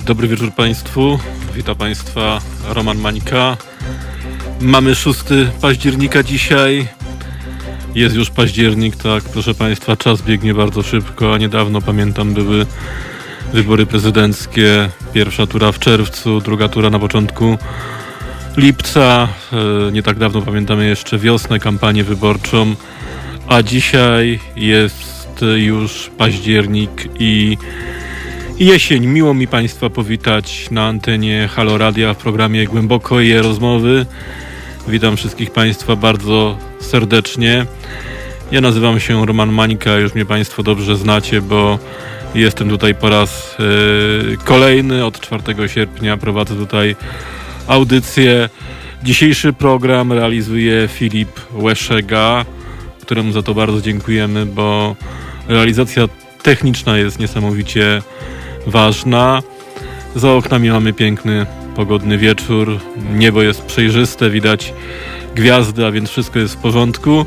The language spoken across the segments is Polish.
Dobry wieczór Państwu. Witam Państwa Roman Mańka. Mamy 6 października dzisiaj. Jest już październik, tak, proszę Państwa, czas biegnie bardzo szybko, a niedawno, pamiętam, były wybory prezydenckie. Pierwsza tura w czerwcu, druga tura na początku lipca. Nie tak dawno pamiętamy jeszcze wiosnę, kampanię wyborczą, a dzisiaj jest już październik i jesień. Miło mi Państwa powitać na antenie Halo Radia w programie Głębokie Rozmowy. Witam wszystkich Państwa bardzo serdecznie. Ja nazywam się Roman Mańka, już mnie Państwo dobrze znacie, bo jestem tutaj po raz kolejny. Od 4 sierpnia prowadzę tutaj audycję. Dzisiejszy program realizuje Filip Łeszega, któremu za to bardzo dziękujemy, bo realizacja techniczna jest niesamowicie ważna. Za oknami mamy piękny, pogodny wieczór. Niebo jest przejrzyste, widać gwiazdy, a więc wszystko jest w porządku.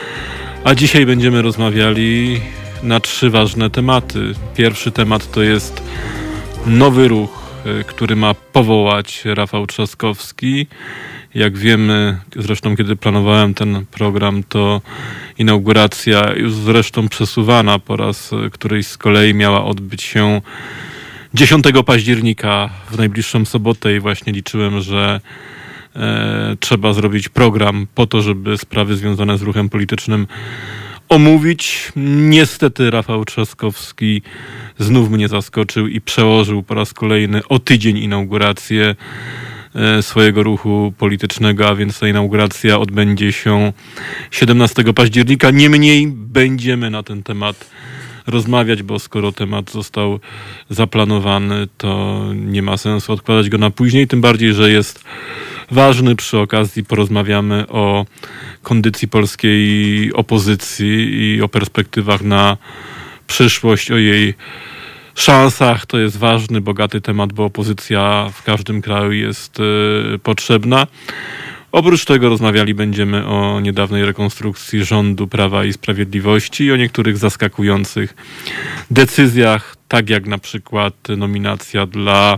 A dzisiaj będziemy rozmawiali na 3 ważne tematy. Pierwszy temat to jest nowy ruch, który ma powołać Rafał Trzaskowski. Jak wiemy, zresztą kiedy planowałem ten program, to inauguracja już zresztą przesuwana po raz któryś z kolei miała odbyć się 10 października w najbliższą sobotę i właśnie liczyłem, że trzeba zrobić program po to, żeby sprawy związane z ruchem politycznym omówić. Niestety Rafał Trzaskowski znów mnie zaskoczył i przełożył po raz kolejny o tydzień inaugurację swojego ruchu politycznego, a więc ta inauguracja odbędzie się 17 października. Niemniej będziemy na ten temat rozmawiać, bo skoro temat został zaplanowany, to nie ma sensu odkładać go na później, tym bardziej, że jest ważny. Przy okazji porozmawiamy o kondycji polskiej opozycji i o perspektywach na przyszłość, o jej szansach. To jest ważny, bogaty temat, bo opozycja w każdym kraju jest potrzebna. Oprócz tego rozmawiali będziemy o niedawnej rekonstrukcji rządu Prawa i Sprawiedliwości i o niektórych zaskakujących decyzjach, tak jak na przykład nominacja dla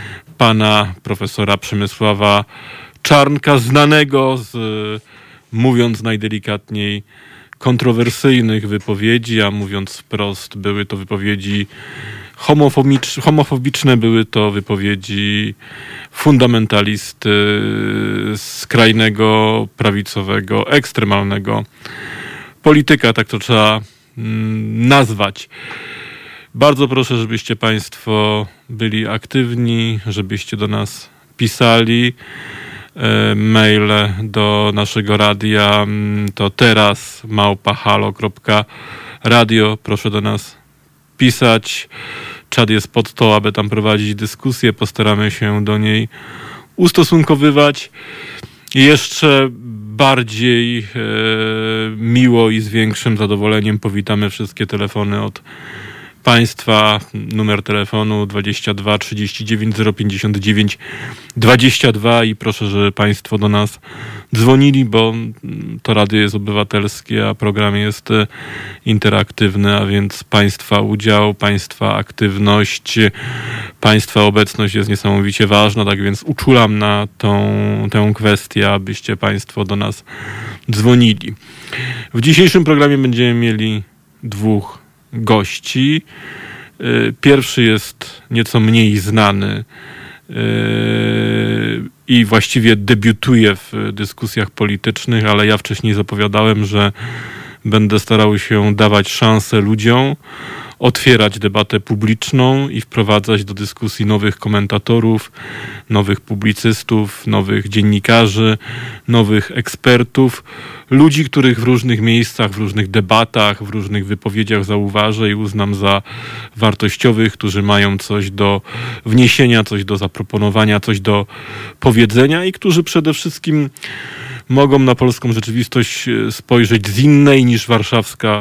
pana profesora Przemysława Czarnka, znanego z, mówiąc najdelikatniej, kontrowersyjnych wypowiedzi, a mówiąc wprost, były to wypowiedzi homofobiczne, były to wypowiedzi fundamentalisty, skrajnego, prawicowego, ekstremalnego polityka, tak to trzeba nazwać. Bardzo proszę, żebyście Państwo byli aktywni, żebyście do nas pisali. Mail do naszego radia to teraz@halo.radio. Proszę do nas pisać. Czat jest pod to, aby tam prowadzić dyskusję. Postaramy się do niej ustosunkowywać. Jeszcze bardziej miło i z większym zadowoleniem powitamy wszystkie telefony od Państwa. Numer telefonu 22 39 059 22 i proszę, żeby Państwo do nas dzwonili, bo to radio jest obywatelskie, a program jest interaktywny, a więc Państwa udział, Państwa aktywność, Państwa obecność jest niesamowicie ważna, tak więc uczulam na tę kwestię, abyście Państwo do nas dzwonili. W dzisiejszym programie będziemy mieli 2 gości. Pierwszy jest nieco mniej znany i właściwie debiutuje w dyskusjach politycznych, ale ja wcześniej zapowiadałem, że będę starał się dawać szansę ludziom, otwierać debatę publiczną i wprowadzać do dyskusji nowych komentatorów, nowych publicystów, nowych dziennikarzy, nowych ekspertów, ludzi, których w różnych miejscach, w różnych debatach, w różnych wypowiedziach zauważę i uznam za wartościowych, którzy mają coś do wniesienia, coś do zaproponowania, coś do powiedzenia i którzy przede wszystkim mogą na polską rzeczywistość spojrzeć z innej niż warszawska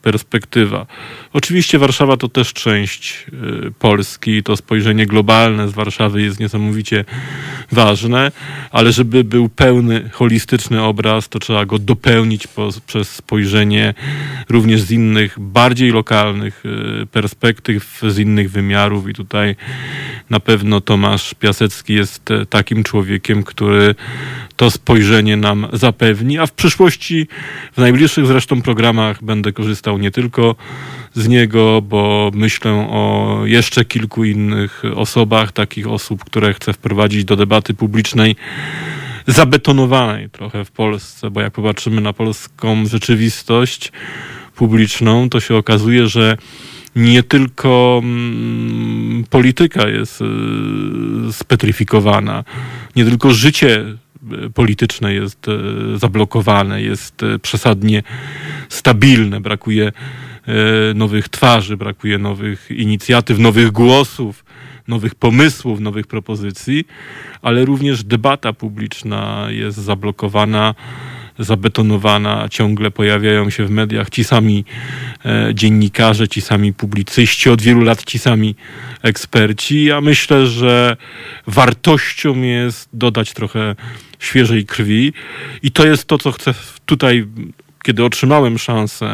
perspektywa. Oczywiście Warszawa to też część Polski, to spojrzenie globalne z Warszawy jest niesamowicie ważne, ale żeby był pełny, holistyczny obraz, to trzeba go dopełnić przez spojrzenie również z innych, bardziej lokalnych perspektyw, z innych wymiarów i tutaj na pewno Tomasz Piasecki jest takim człowiekiem, który to spojrzenie nam zapewni, a w przyszłości, w najbliższych zresztą programach będę korzystał nie tylko z niego, bo myślę o jeszcze kilku innych osobach, takich osób, które chcę wprowadzić do debaty publicznej, zabetonowanej trochę w Polsce, bo jak popatrzymy na polską rzeczywistość publiczną, to się okazuje, że nie tylko polityka jest spetryfikowana, nie tylko życie polityczne jest zablokowane, jest przesadnie stabilne, brakuje nowych twarzy, brakuje nowych inicjatyw, nowych głosów, nowych pomysłów, nowych propozycji, ale również debata publiczna jest zablokowana, zabetonowana, ciągle pojawiają się w mediach ci sami dziennikarze, ci sami publicyści, od wielu lat ci sami eksperci. Ja myślę, że wartością jest dodać trochę świeżej krwi i to jest to, co chcę tutaj, kiedy otrzymałem szansę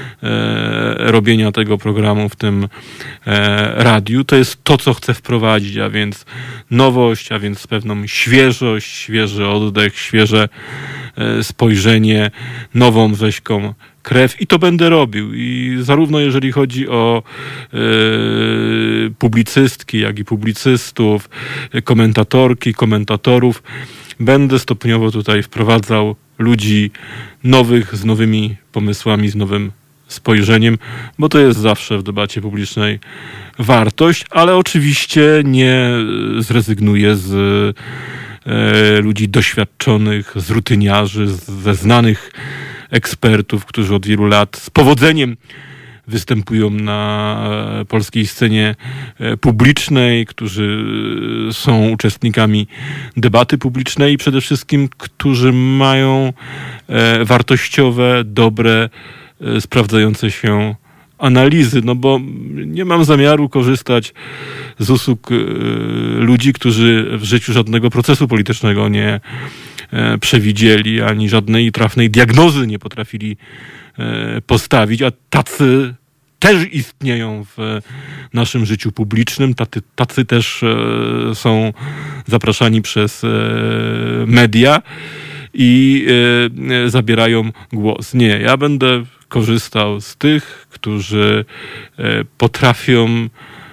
robienia tego programu w tym radiu, to jest to, co chcę wprowadzić, a więc nowość, a więc pewną świeżość, świeży oddech, świeże spojrzenie, nową rzeźką krew i to będę robił. I zarówno jeżeli chodzi o publicystki, jak i publicystów, komentatorki, komentatorów, będę stopniowo tutaj wprowadzał ludzi nowych, z nowymi pomysłami, z nowym spojrzeniem, bo to jest zawsze w debacie publicznej wartość, ale oczywiście nie zrezygnuję z ludzi doświadczonych, z rutyniarzy, ze znanych ekspertów, którzy od wielu lat z powodzeniem występują na polskiej scenie publicznej, którzy są uczestnikami debaty publicznej i przede wszystkim, którzy mają wartościowe, dobre, sprawdzające się analizy, no bo nie mam zamiaru korzystać z usług ludzi, którzy w życiu żadnego procesu politycznego nie przewidzieli, ani żadnej trafnej diagnozy nie potrafili postawić, a tacy też istnieją w naszym życiu publicznym, tacy też są zapraszani przez media i zabierają głos. Nie, ja będę korzystał z tych, którzy potrafią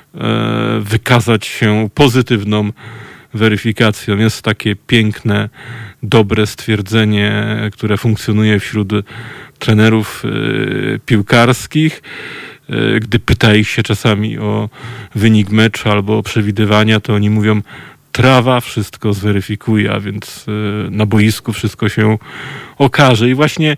wykazać się pozytywną weryfikacją. Jest takie piękne, dobre stwierdzenie, które funkcjonuje wśród trenerów piłkarskich. Gdy pyta ich się czasami o wynik meczu albo o przewidywania, to oni mówią: trawa wszystko zweryfikuje, a więc na boisku wszystko się okaże. I właśnie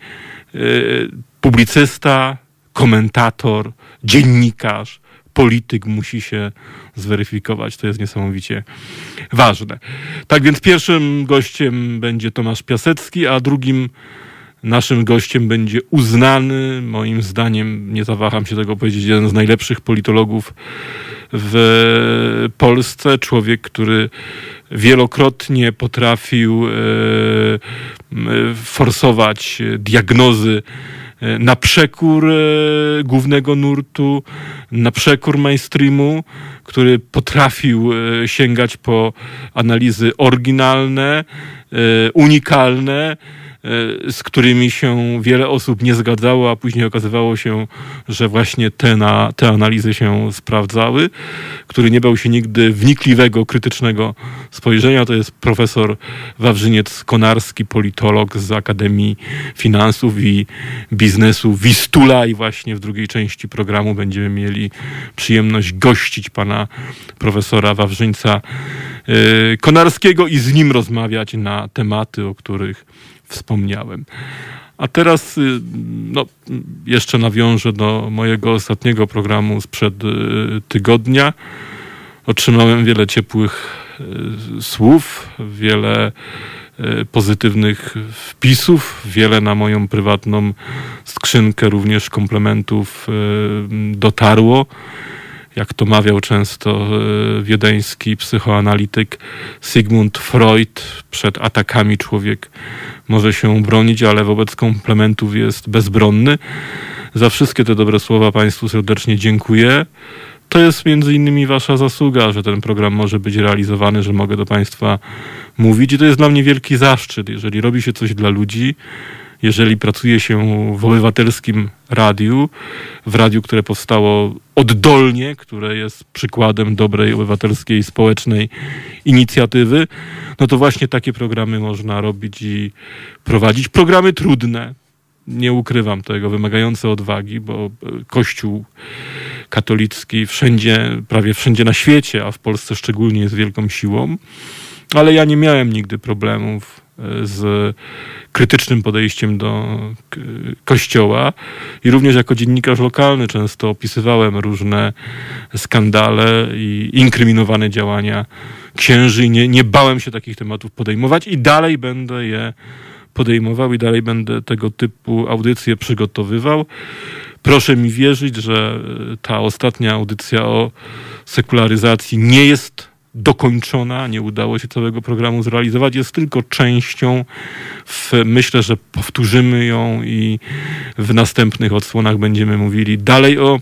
publicysta, komentator, dziennikarz, polityk musi się zweryfikować. To jest niesamowicie ważne. Tak więc pierwszym gościem będzie Tomasz Piasecki, a drugim naszym gościem będzie uznany, moim zdaniem, nie zawaham się tego powiedzieć, jeden z najlepszych politologów w Polsce. Człowiek, który wielokrotnie potrafił forsować diagnozy na przekór głównego nurtu, na przekór mainstreamu, który potrafił sięgać po analizy oryginalne, unikalne, z którymi się wiele osób nie zgadzało, a później okazywało się, że właśnie te analizy się sprawdzały, który nie bał się nigdy wnikliwego, krytycznego spojrzenia. To jest profesor Wawrzyniec Konarski, politolog z Akademii Finansów i Biznesu Wistula i właśnie w drugiej części programu będziemy mieli przyjemność gościć pana profesora Wawrzyńca Konarskiego i z nim rozmawiać na tematy, o których wspomniałem. A teraz jeszcze nawiążę do mojego ostatniego programu sprzed tygodnia. Otrzymałem wiele ciepłych słów, wiele pozytywnych wpisów, wiele na moją prywatną skrzynkę również komplementów dotarło. Jak to mawiał często wiedeński psychoanalityk Sigmund Freud, przed atakami człowiek może się bronić, ale wobec komplementów jest bezbronny. Za wszystkie te dobre słowa Państwu serdecznie dziękuję. To jest między innymi Wasza zasługa, że ten program może być realizowany, że mogę do Państwa mówić. I to jest dla mnie wielki zaszczyt, jeżeli robi się coś dla ludzi, jeżeli pracuje się w obywatelskim radiu, w radiu, które powstało oddolnie, które jest przykładem dobrej obywatelskiej, społecznej inicjatywy, no to właśnie takie programy można robić i prowadzić. Programy trudne, nie ukrywam tego, wymagające odwagi, bo Kościół katolicki wszędzie, prawie wszędzie na świecie, a w Polsce szczególnie jest wielką siłą, ale ja nie miałem nigdy problemów z krytycznym podejściem do Kościoła i również jako dziennikarz lokalny często opisywałem różne skandale i inkryminowane działania księży i nie bałem się takich tematów podejmować i dalej będę je podejmował i dalej będę tego typu audycje przygotowywał. Proszę mi wierzyć, że ta ostatnia audycja o sekularyzacji nie jest dokończona, nie udało się całego programu zrealizować, jest tylko częścią. Myślę, że powtórzymy ją i w następnych odsłonach będziemy mówili dalej o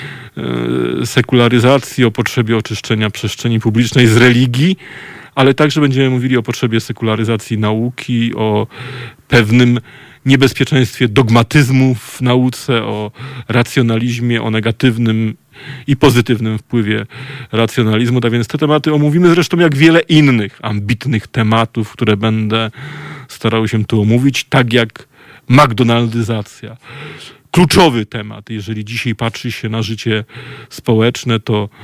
sekularyzacji, o potrzebie oczyszczenia przestrzeni publicznej z religii, ale także będziemy mówili o potrzebie sekularyzacji nauki, o pewnym niebezpieczeństwie dogmatyzmu w nauce, o racjonalizmie, o negatywnym i pozytywnym wpływie racjonalizmu. Tak więc te tematy omówimy, zresztą jak wiele innych ambitnych tematów, które będę starał się tu omówić, tak jak McDonaldyzacja. Kluczowy temat, jeżeli dzisiaj patrzy się na życie społeczne,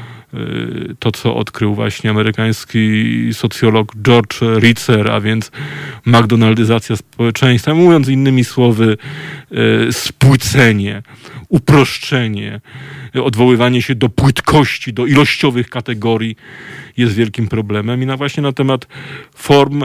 to co odkrył właśnie amerykański socjolog George Ritzer, a więc McDonaldyzacja społeczeństwa, mówiąc innymi słowy, spłycenie, uproszczenie, odwoływanie się do płytkości, do ilościowych kategorii jest wielkim problemem. I właśnie na temat form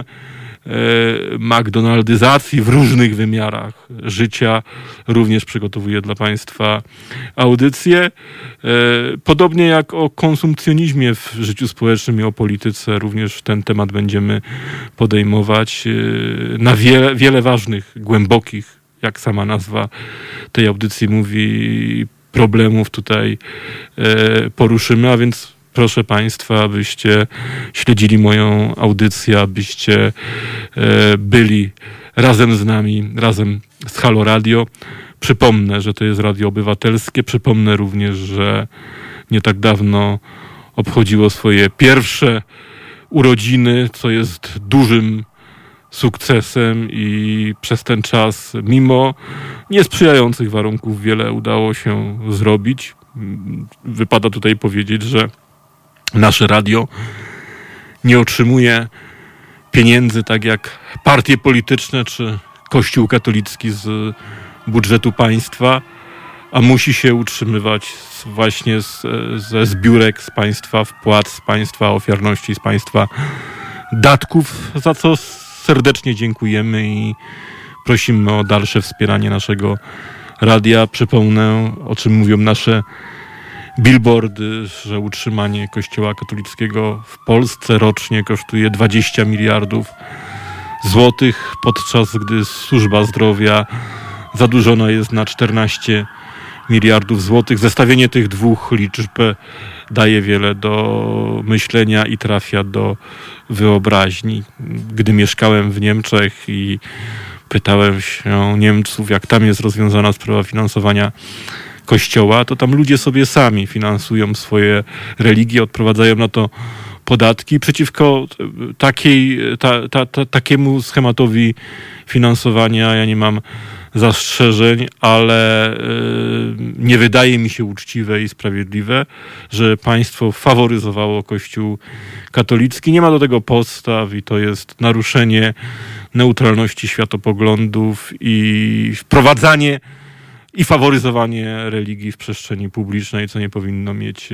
McDonaldyzacji w różnych wymiarach życia również przygotowuję dla Państwa audycję. Podobnie jak o konsumpcjonizmie w życiu społecznym i o polityce, również ten temat będziemy podejmować na wiele ważnych, głębokich, jak sama nazwa tej audycji mówi, problemów tutaj poruszymy, a więc proszę Państwa, abyście śledzili moją audycję, abyście byli razem z nami, razem z Halo Radio. Przypomnę, że to jest radio obywatelskie. Przypomnę również, że nie tak dawno obchodziło swoje pierwsze urodziny, co jest dużym sukcesem i przez ten czas, mimo niesprzyjających warunków, wiele udało się zrobić. Wypada tutaj powiedzieć, że nasze radio nie otrzymuje pieniędzy tak jak partie polityczne czy Kościół katolicki z budżetu państwa, a musi się utrzymywać właśnie ze zbiórek z państwa wpłat, z państwa ofiarności, z państwa datków, za co serdecznie dziękujemy i prosimy o dalsze wspieranie naszego radia. Przypomnę, o czym mówią nasze billboardy, że utrzymanie Kościoła katolickiego w Polsce rocznie kosztuje 20 miliardów złotych, podczas gdy służba zdrowia zadłużona jest na 14 miliardów złotych. Zestawienie tych dwóch liczb daje wiele do myślenia i trafia do wyobraźni. Gdy mieszkałem w Niemczech i pytałem się Niemców, jak tam jest rozwiązana sprawa finansowania Kościoła, to tam ludzie sobie sami finansują swoje religie, odprowadzają na to podatki. Przeciwko takiemu schematowi finansowania ja nie mam zastrzeżeń, ale nie wydaje mi się uczciwe i sprawiedliwe, że państwo faworyzowało Kościół katolicki. Nie ma do tego podstaw i to jest naruszenie neutralności światopoglądów i wprowadzanie i faworyzowanie religii w przestrzeni publicznej, co nie powinno mieć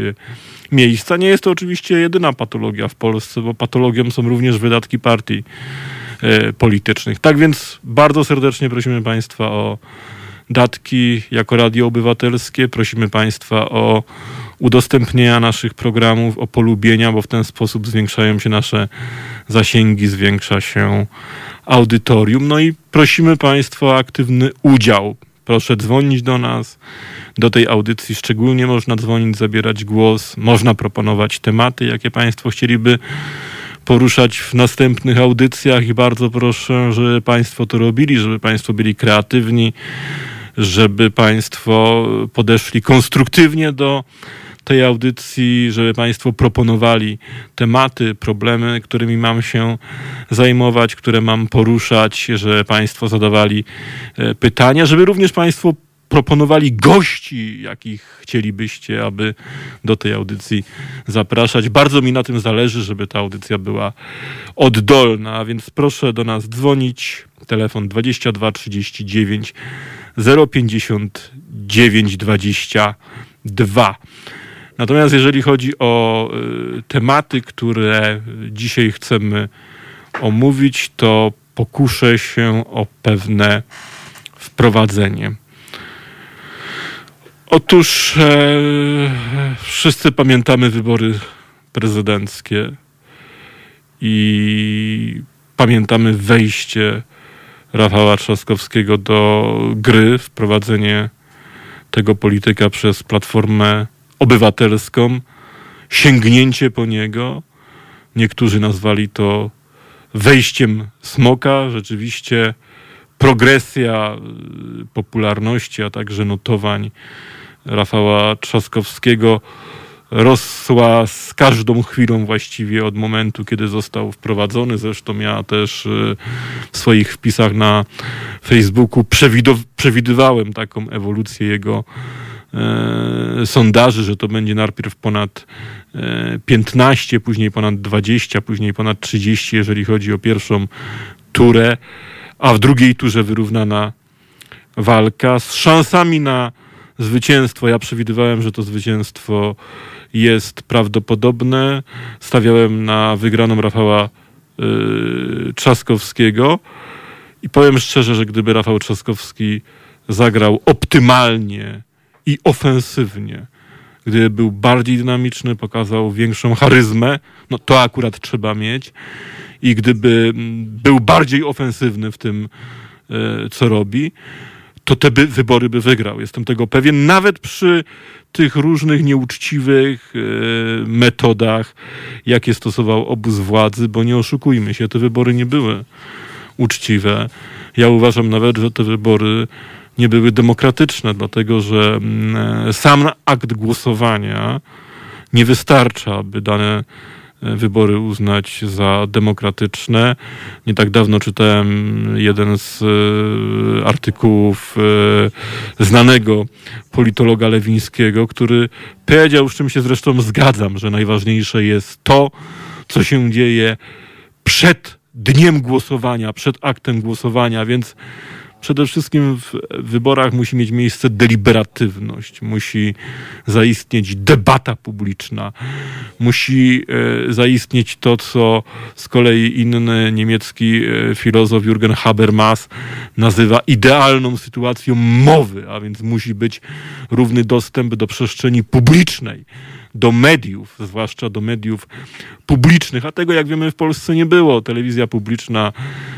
miejsca. Nie jest to oczywiście jedyna patologia w Polsce, bo patologią są również wydatki partii politycznych. Tak więc bardzo serdecznie prosimy Państwa o datki jako Radio Obywatelskie. Prosimy Państwa o udostępnienia naszych programów, o polubienia, bo w ten sposób zwiększają się nasze zasięgi, zwiększa się audytorium. No i prosimy Państwa o aktywny udział. Proszę dzwonić do nas, do tej audycji szczególnie można dzwonić, zabierać głos, można proponować tematy, jakie Państwo chcieliby poruszać w następnych audycjach i bardzo proszę, żeby Państwo to robili, żeby Państwo byli kreatywni, żeby Państwo podeszli konstruktywnie do tej audycji, żeby Państwo proponowali tematy, problemy, którymi mam się zajmować, które mam poruszać, żeby Państwo zadawali pytania, żeby również Państwo proponowali gości, jakich chcielibyście, aby do tej audycji zapraszać. Bardzo mi na tym zależy, żeby ta audycja była oddolna, a więc proszę do nas dzwonić. Telefon 22 39 059 22. Natomiast jeżeli chodzi o tematy, które dzisiaj chcemy omówić, to pokuszę się o pewne wprowadzenie. Otóż wszyscy pamiętamy wybory prezydenckie i pamiętamy wejście Rafała Trzaskowskiego do gry, wprowadzenie tego polityka przez Platformę Obywatelską, sięgnięcie po niego. Niektórzy nazwali to wejściem smoka. Rzeczywiście progresja popularności, a także notowań Rafała Trzaskowskiego rosła z każdą chwilą właściwie od momentu, kiedy został wprowadzony. Zresztą ja też w swoich wpisach na Facebooku przewidywałem taką ewolucję jego sondaży, że to będzie najpierw ponad 15, później ponad 20, później ponad 30, jeżeli chodzi o pierwszą turę, a w drugiej turze wyrównana walka z szansami na zwycięstwo. Ja przewidywałem, że to zwycięstwo jest prawdopodobne. Stawiałem na wygraną Rafała Trzaskowskiego i powiem szczerze, że gdyby Rafał Trzaskowski zagrał optymalnie i ofensywnie, gdyby był bardziej dynamiczny, pokazał większą charyzmę, no to akurat trzeba mieć, i gdyby był bardziej ofensywny w tym, co robi, to te wybory by wygrał. Jestem tego pewien, nawet przy tych różnych nieuczciwych metodach, jakie stosował obóz władzy, bo nie oszukujmy się, te wybory nie były uczciwe. Ja uważam nawet, że te wybory nie były demokratyczne, dlatego że sam akt głosowania nie wystarcza, aby dane wybory uznać za demokratyczne. Nie tak dawno czytałem jeden z artykułów znanego politologa Lewińskiego, który powiedział, z czym się zresztą zgadzam, że najważniejsze jest to, co się dzieje przed dniem głosowania, przed aktem głosowania, więc przede wszystkim w wyborach musi mieć miejsce deliberatywność, musi zaistnieć debata publiczna, musi zaistnieć to, co z kolei inny niemiecki filozof Jürgen Habermas nazywa idealną sytuacją mowy, a więc musi być równy dostęp do przestrzeni publicznej, do mediów, zwłaszcza do mediów publicznych, a tego, jak wiemy, w Polsce nie było. Telewizja publiczna,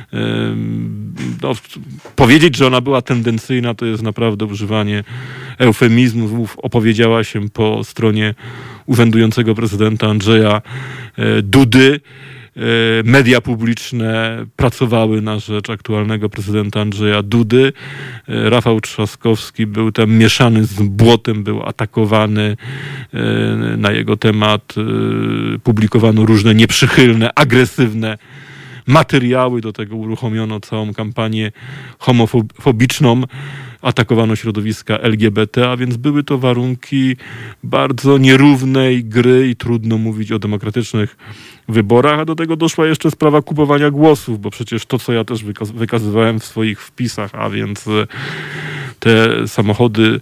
powiedzieć, że ona była tendencyjna, to jest naprawdę używanie eufemizmów. Opowiedziała się po stronie urzędującego prezydenta Andrzeja Dudy. Media publiczne pracowały na rzecz aktualnego prezydenta Andrzeja Dudy. Rafał Trzaskowski był tam mieszany z błotem, był atakowany. Na jego temat publikowano różne nieprzychylne, agresywne materiały. Do tego uruchomiono całą kampanię homofobiczną. Atakowano środowiska LGBT, a więc były to warunki bardzo nierównej gry i trudno mówić o demokratycznych wyborach, a do tego doszła jeszcze sprawa kupowania głosów, bo przecież to, co ja też wykazywałem w swoich wpisach, a więc te samochody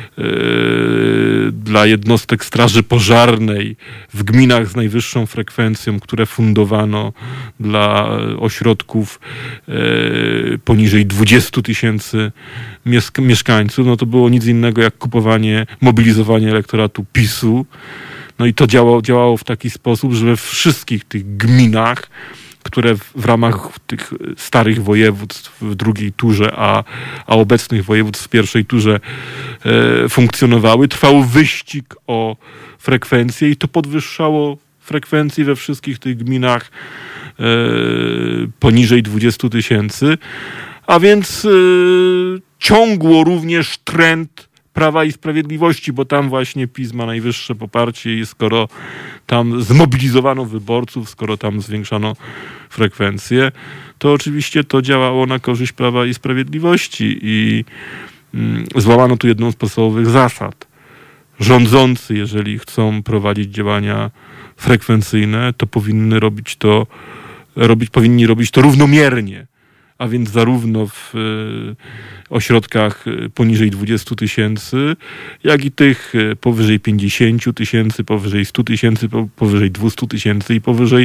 dla jednostek straży pożarnej w gminach z najwyższą frekwencją, które fundowano dla ośrodków poniżej 20 000 mieszkańców, no to było nic innego jak mobilizowanie elektoratu PiS-u. No i to działało w taki sposób, że we wszystkich tych gminach, które w ramach tych starych województw w drugiej turze, a obecnych województw w pierwszej turze funkcjonowały, trwał wyścig o frekwencję i to podwyższało frekwencję we wszystkich tych gminach poniżej 20 000, a więc ciągło również trend Prawa i Sprawiedliwości, bo tam właśnie PiS ma najwyższe poparcie i skoro tam zmobilizowano wyborców, skoro tam zwiększano frekwencję, to oczywiście to działało na korzyść Prawa i Sprawiedliwości i złamano tu jedną z podstawowych zasad. Rządzący, jeżeli chcą prowadzić działania frekwencyjne, to powinni robić to równomiernie, a więc zarówno w ośrodkach poniżej 20 000, jak i tych powyżej 50 000, powyżej 100 000, powyżej 200 000 i powyżej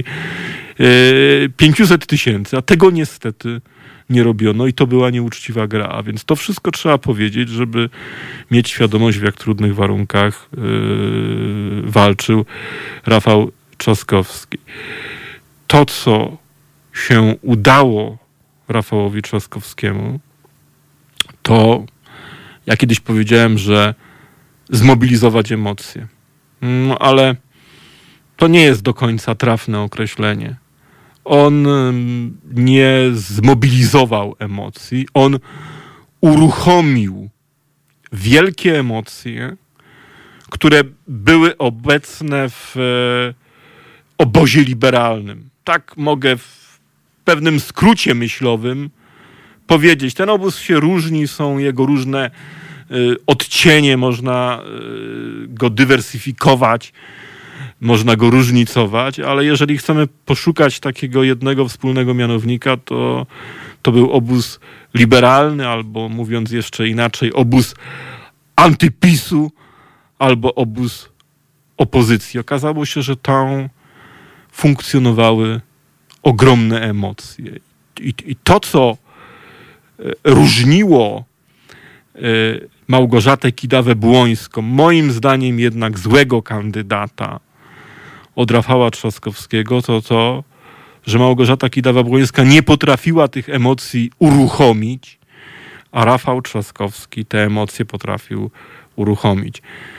500 000, a tego niestety nie robiono i to była nieuczciwa gra. A więc to wszystko trzeba powiedzieć, żeby mieć świadomość, w jak trudnych warunkach walczył Rafał Trzaskowski. To, co się udało Rafałowi Trzaskowskiemu, to ja kiedyś powiedziałem, że zmobilizować emocje. No ale to nie jest do końca trafne określenie. On nie zmobilizował emocji, on uruchomił wielkie emocje, które były obecne w obozie liberalnym. Tak mogę w pewnym skrócie myślowym powiedzieć. Ten obóz się różni, są jego różne odcienie, można go dywersyfikować, można go różnicować, ale jeżeli chcemy poszukać takiego jednego wspólnego mianownika, to był obóz liberalny, albo mówiąc jeszcze inaczej, obóz antypisu, albo obóz opozycji. Okazało się, że tam funkcjonowały ogromne emocje. I to, co różniło Małgorzatę Kidawę-Błońską, moim zdaniem jednak złego kandydata, od Rafała Trzaskowskiego, to, że Małgorzata Kidawa-Błońska nie potrafiła tych emocji uruchomić, a Rafał Trzaskowski te emocje potrafił uruchomić.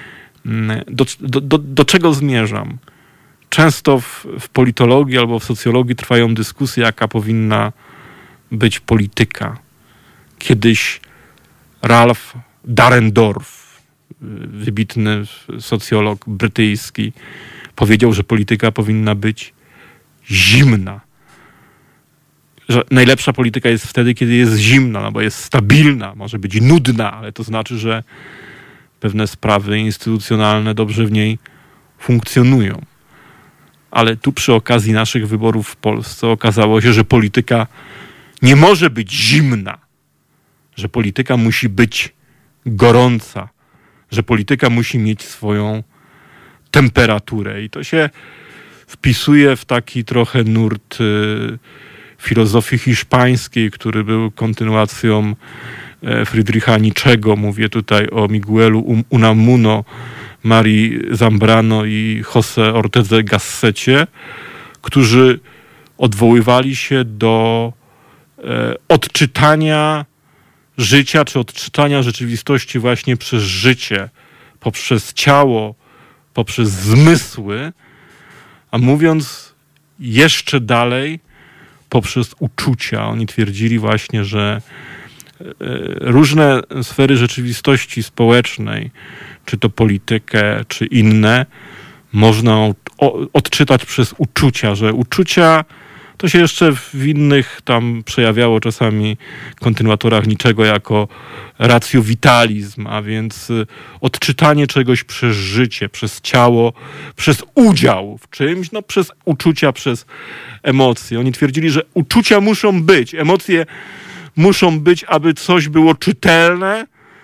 Do czego zmierzam? Często w politologii albo w socjologii trwają dyskusje, jaka powinna być polityka. Kiedyś Ralph Dahrendorf, wybitny socjolog brytyjski, powiedział, że polityka powinna być zimna. Że najlepsza polityka jest wtedy, kiedy jest zimna, no bo jest stabilna, może być nudna, ale to znaczy, że pewne sprawy instytucjonalne dobrze w niej funkcjonują. Ale tu przy okazji naszych wyborów w Polsce okazało się, że polityka nie może być zimna, że polityka musi być gorąca, że polityka musi mieć swoją temperaturę. I to się wpisuje w taki trochę nurt filozofii hiszpańskiej, który był kontynuacją Friedricha Nietzschego. Mówię tutaj o Miguelu Unamuno, Marii Zambrano i José Ortedze Gassecie, którzy odwoływali się do odczytania życia, czy odczytania rzeczywistości właśnie przez życie, poprzez ciało, poprzez zmysły, a mówiąc jeszcze dalej, poprzez uczucia. Oni twierdzili właśnie, że różne sfery rzeczywistości społecznej, czy to politykę, czy inne, można odczytać przez uczucia, że uczucia to się jeszcze w innych tam przejawiało czasami kontynuatorach niczego jako racjowitalizm, a więc odczytanie czegoś przez życie, przez ciało, przez udział w czymś, no przez uczucia, przez emocje. Oni twierdzili, że uczucia muszą być, emocje muszą być, aby coś było czytelne,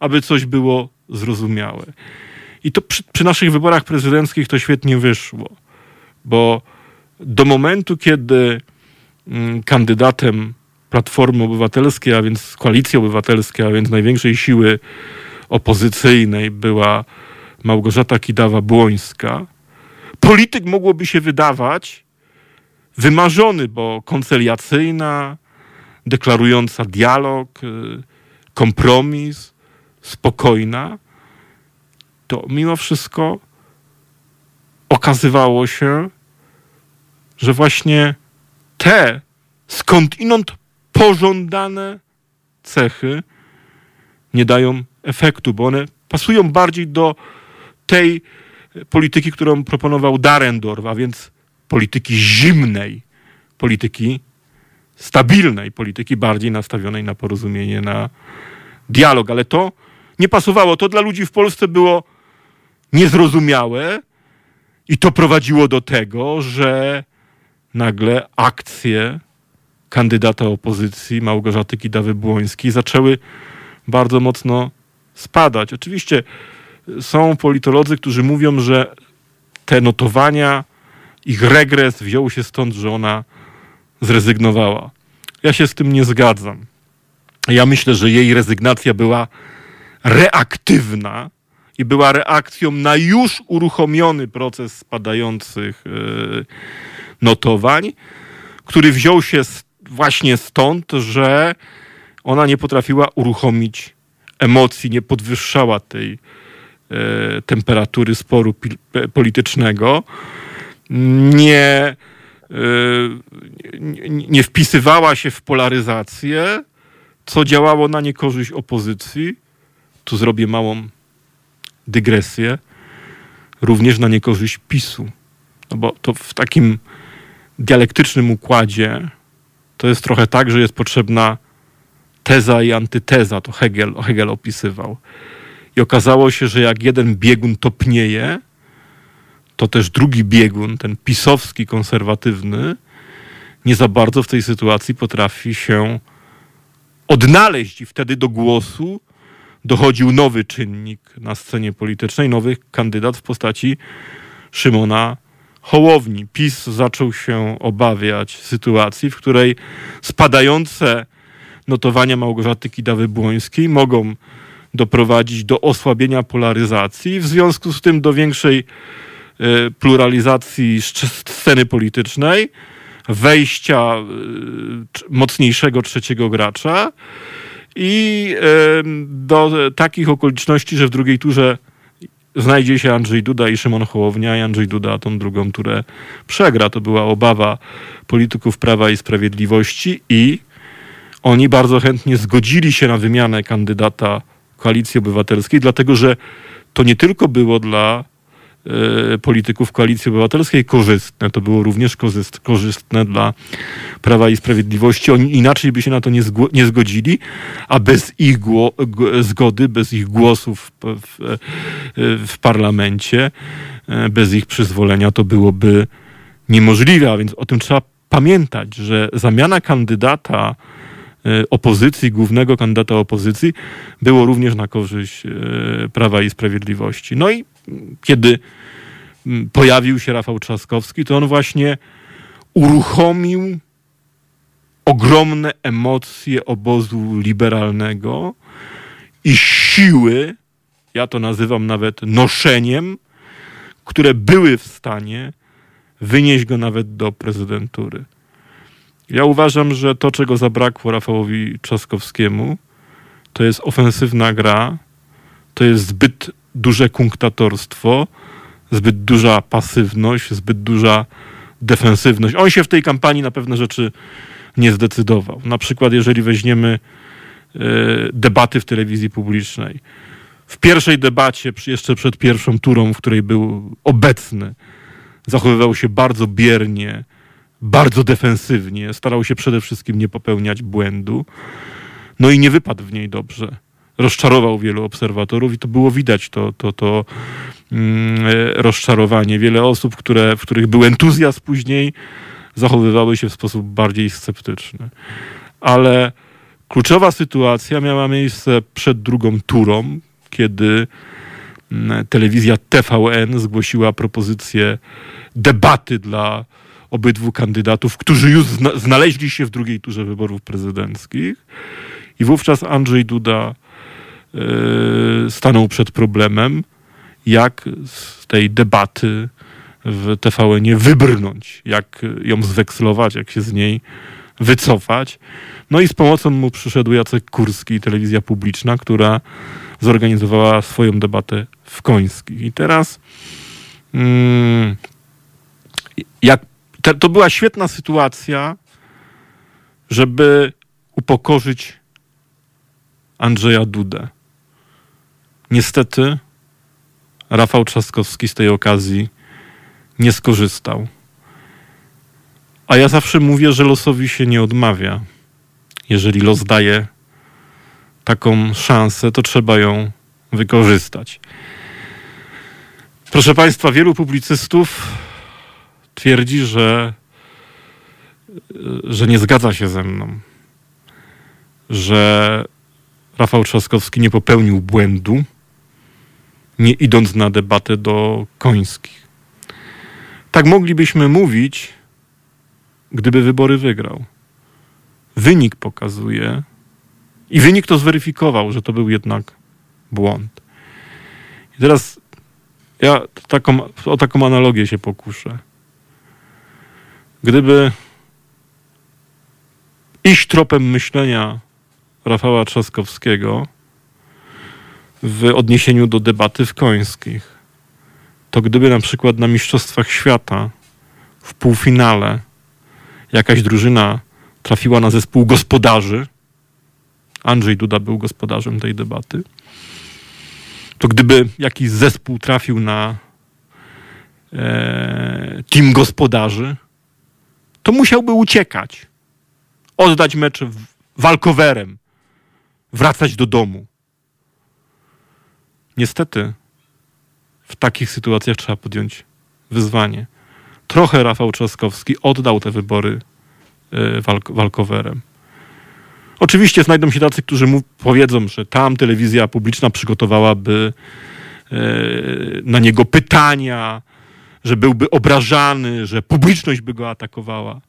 aby coś było zrozumiałe. I to przy naszych wyborach prezydenckich to świetnie wyszło, bo do momentu, kiedy kandydatem Platformy Obywatelskiej, a więc Koalicji Obywatelskiej, a więc największej siły opozycyjnej była Małgorzata Kidawa-Błońska, polityk mogłoby się wydawać wymarzony, bo koncyliacyjna, deklarująca dialog, kompromis, spokojna, to mimo wszystko okazywało się, że właśnie te skądinąd pożądane cechy nie dają efektu, bo one pasują bardziej do tej polityki, którą proponował Dahrendorf, a więc polityki zimnej, polityki stabilnej, polityki bardziej nastawionej na porozumienie, na dialog. Ale to nie pasowało. To dla ludzi w Polsce było niezrozumiałe i to prowadziło do tego, że nagle akcje kandydata opozycji Małgorzaty Kidawy-Błońskiej zaczęły bardzo mocno spadać. Oczywiście są politolodzy, którzy mówią, że te notowania, ich regres wziął się stąd, że ona zrezygnowała. Ja się z tym nie zgadzam. Ja myślę, że jej rezygnacja była reaktywna i była reakcją na już uruchomiony proces spadających notowań, który wziął się właśnie stąd, że ona nie potrafiła uruchomić emocji, nie podwyższała tej temperatury sporu politycznego, nie wpisywała się w polaryzację, co działało na niekorzyść opozycji. Tu zrobię małą dygresję. Również na niekorzyść PiS-u. No bo to w takim dialektycznym układzie to jest trochę tak, że jest potrzebna teza i antyteza. To Hegel opisywał. I okazało się, że jak jeden biegun topnieje, to też drugi biegun, ten pisowski, konserwatywny, nie za bardzo w tej sytuacji potrafi się odnaleźć i wtedy do głosu dochodził nowy czynnik na scenie politycznej, nowy kandydat w postaci Szymona Hołowni. PiS zaczął się obawiać sytuacji, w której spadające notowania Małgorzaty Kidawy-Błońskiej mogą doprowadzić do osłabienia polaryzacji, w związku z tym do większej pluralizacji sceny politycznej, wejścia mocniejszego trzeciego gracza i do takich okoliczności, że w drugiej turze znajdzie się Andrzej Duda i Szymon Hołownia i Andrzej Duda tą drugą turę przegra. To była obawa polityków Prawa i Sprawiedliwości i oni bardzo chętnie zgodzili się na wymianę kandydata Koalicji Obywatelskiej, dlatego że to nie tylko było dla polityków Koalicji Obywatelskiej korzystne, to było również korzystne dla Prawa i Sprawiedliwości. Oni inaczej by się na to nie zgodzili, a bez ich zgody, bez ich głosów w parlamencie, bez ich przyzwolenia to byłoby niemożliwe. A więc o tym trzeba pamiętać, że zamiana kandydata opozycji, głównego kandydata opozycji, było również na korzyść Prawa i Sprawiedliwości. No i kiedy pojawił się Rafał Trzaskowski, to on właśnie uruchomił ogromne emocje obozu liberalnego i siły, ja to nazywam nawet noszeniem, które były w stanie wynieść go nawet do prezydentury. Ja uważam, że to, czego zabrakło Rafałowi Trzaskowskiemu, to jest ofensywna gra, to jest zbyt duże kunktatorstwo, zbyt duża pasywność, zbyt duża defensywność. On się w tej kampanii na pewne rzeczy nie zdecydował. Na przykład, jeżeli weźmiemy debaty w telewizji publicznej. W pierwszej debacie, jeszcze przed pierwszą turą, w której był obecny, zachowywał się bardzo biernie, bardzo defensywnie, starał się przede wszystkim nie popełniać błędu. No i nie wypadł w niej dobrze. Rozczarował wielu obserwatorów i to było widać, to rozczarowanie. Wiele osób, w których był entuzjazm później, zachowywały się w sposób bardziej sceptyczny. Ale Kluczowa sytuacja miała miejsce przed drugą turą, kiedy telewizja TVN zgłosiła propozycję debaty dla obydwu kandydatów, którzy już znaleźli się w drugiej turze wyborów prezydenckich. I wówczas Andrzej Duda stanął przed problemem, jak z tej debaty w TVN-ie wybrnąć, jak ją zwekslować, jak się z niej wycofać. No i z pomocą mu przyszedł Jacek Kurski, telewizja publiczna, która zorganizowała swoją debatę w Końskich. I teraz to była świetna sytuacja, żeby upokorzyć Andrzeja Dudę. Niestety Rafał Trzaskowski z tej okazji nie skorzystał. A ja zawsze mówię, że losowi się nie odmawia. Jeżeli los daje taką szansę, to trzeba ją wykorzystać. Proszę Państwa, wielu publicystów twierdzi, że nie zgadza się ze mną, że Rafał Trzaskowski nie popełnił błędu, nie idąc na debatę do Końskich. Tak moglibyśmy mówić, gdyby wybory wygrał. Wynik pokazuje i wynik to zweryfikował, że to był jednak błąd. I teraz ja o taką analogię się pokuszę. Gdyby iść tropem myślenia Rafała Trzaskowskiego w odniesieniu do debaty w Końskich, to gdyby na przykład na Mistrzostwach Świata w półfinale jakaś drużyna trafiła na zespół gospodarzy, Andrzej Duda był gospodarzem tej debaty, to gdyby jakiś zespół trafił na team gospodarzy, to musiałby uciekać, oddać mecz walkowerem, wracać do domu. Niestety w takich sytuacjach trzeba podjąć wyzwanie. Trochę Rafał Trzaskowski oddał te wybory walkowerem. Oczywiście znajdą się tacy, którzy mu powiedzą, że tam telewizja publiczna przygotowałaby na niego pytania, że byłby obrażany, że publiczność by go atakowała.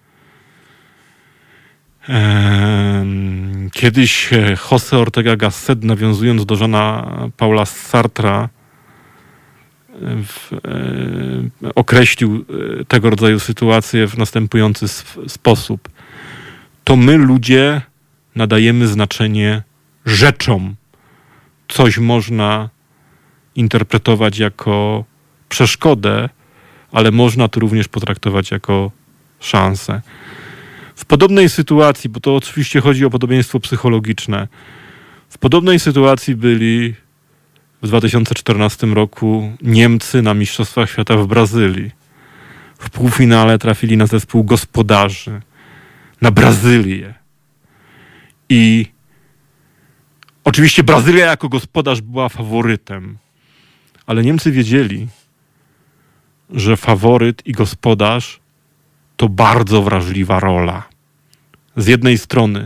Kiedyś José Ortega Gasset, nawiązując do Jeana Paula Sartra, określił tego rodzaju sytuację w następujący sposób. To my, ludzie, nadajemy znaczenie rzeczom. Coś można interpretować jako przeszkodę, ale można to również potraktować jako szansę. W podobnej sytuacji, bo to oczywiście chodzi o podobieństwo psychologiczne, w podobnej sytuacji byli w 2014 roku Niemcy na Mistrzostwach Świata w Brazylii. W półfinale trafili na zespół gospodarzy, na Brazylię. I oczywiście Brazylia jako gospodarz była faworytem, ale Niemcy wiedzieli, że faworyt i gospodarz to bardzo wrażliwa rola. Z jednej strony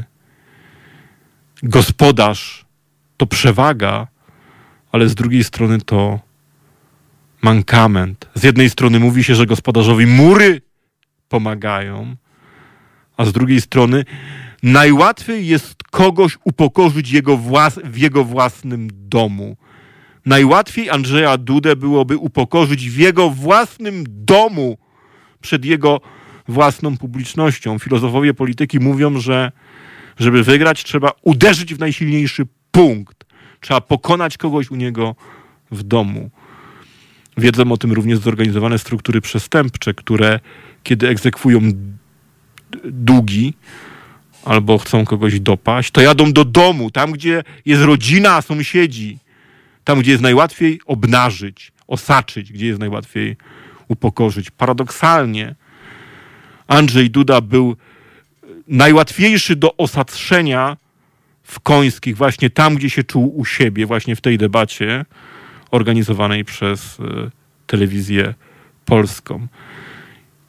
gospodarz to przewaga, ale z drugiej strony to mankament. Z jednej strony mówi się, że gospodarzowi mury pomagają, a z drugiej strony najłatwiej jest kogoś upokorzyć w jego własnym domu. Najłatwiej Andrzeja Dudę byłoby upokorzyć w jego własnym domu przed jego własną publicznością. Filozofowie polityki mówią, że żeby wygrać, trzeba uderzyć w najsilniejszy punkt. Trzeba pokonać kogoś u niego w domu. Wiedzą o tym również zorganizowane struktury przestępcze, które kiedy egzekwują długi albo chcą kogoś dopaść, to jadą do domu, tam gdzie jest rodzina, sąsiedzi, tam gdzie jest najłatwiej obnażyć, osaczyć, gdzie jest najłatwiej upokorzyć. Paradoksalnie Andrzej Duda był najłatwiejszy do osatrzenia w Końskich, właśnie tam, gdzie się czuł u siebie, właśnie w tej debacie organizowanej przez telewizję polską.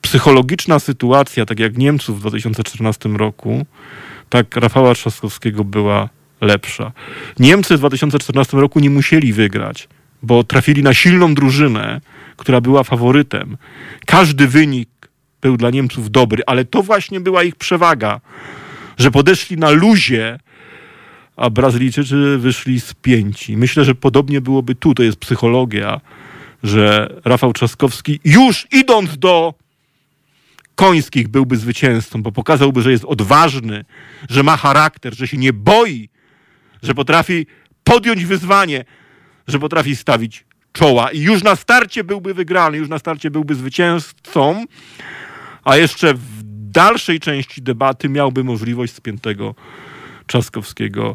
psychologiczna sytuacja, tak jak Niemców w 2014 roku, tak Rafała Trzaskowskiego była lepsza. Niemcy w 2014 roku nie musieli wygrać, bo trafili na silną drużynę, która była faworytem. Każdy wynik był dla Niemców dobry, ale to właśnie była ich przewaga, że podeszli na luzie, a Brazylijczycy wyszli spięci. Myślę, że podobnie byłoby tu, to jest psychologia, że Rafał Trzaskowski już idąc do końskich byłby zwycięzcą, bo pokazałby, że jest odważny, że ma charakter, że się nie boi, że potrafi podjąć wyzwanie, że potrafi stawić czoła i już na starcie byłby wygrany, już na starcie byłby zwycięzcą, a jeszcze w dalszej części debaty miałby możliwość spiętego Trzaskowskiego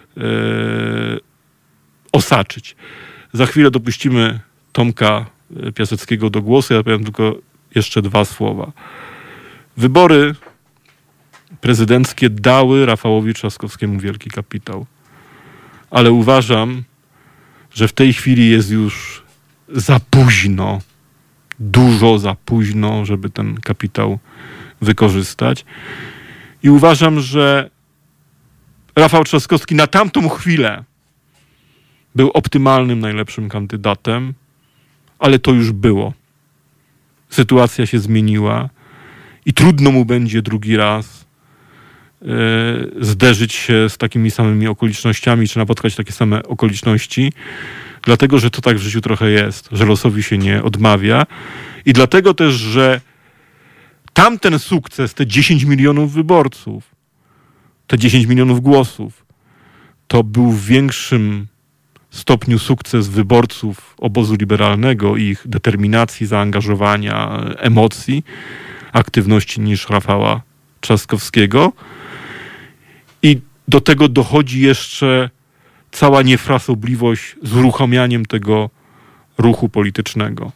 osaczyć. Za chwilę dopuścimy Tomka Piaseckiego do głosu. Ja powiem tylko jeszcze 2 słowa. Wybory prezydenckie dały Rafałowi Trzaskowskiemu wielki kapitał. Ale uważam, że w tej chwili jest już za późno, dużo za późno, żeby ten kapitał wykorzystać. I uważam, że Rafał Trzaskowski na tamtą chwilę był optymalnym, najlepszym kandydatem, ale to już było. Sytuacja się zmieniła i trudno mu będzie drugi raz zderzyć się z takimi samymi okolicznościami, czy napotkać takie same okoliczności, dlatego, że to tak w życiu trochę jest, że losowi się nie odmawia i dlatego też, że tamten sukces, te 10 milionów wyborców, te 10 milionów głosów, to był w większym stopniu sukces wyborców obozu liberalnego i ich determinacji, zaangażowania, emocji, aktywności niż Rafała Trzaskowskiego. I do tego dochodzi jeszcze cała niefrasobliwość z uruchamianiem tego ruchu politycznego.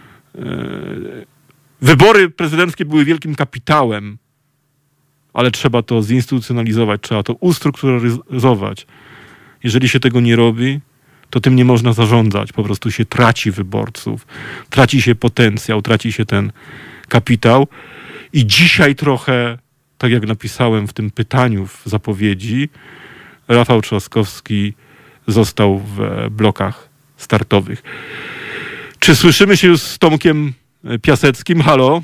Wybory prezydenckie były wielkim kapitałem, ale trzeba to zinstytucjonalizować, trzeba to ustrukturyzować. Jeżeli się tego nie robi, to tym nie można zarządzać. Po prostu się traci wyborców, traci się potencjał, traci się ten kapitał. I dzisiaj trochę, tak jak napisałem w tym pytaniu w zapowiedzi, Rafał Trzaskowski został w blokach startowych. Czy słyszymy się już z Tomkiem Piaseckim? Halo?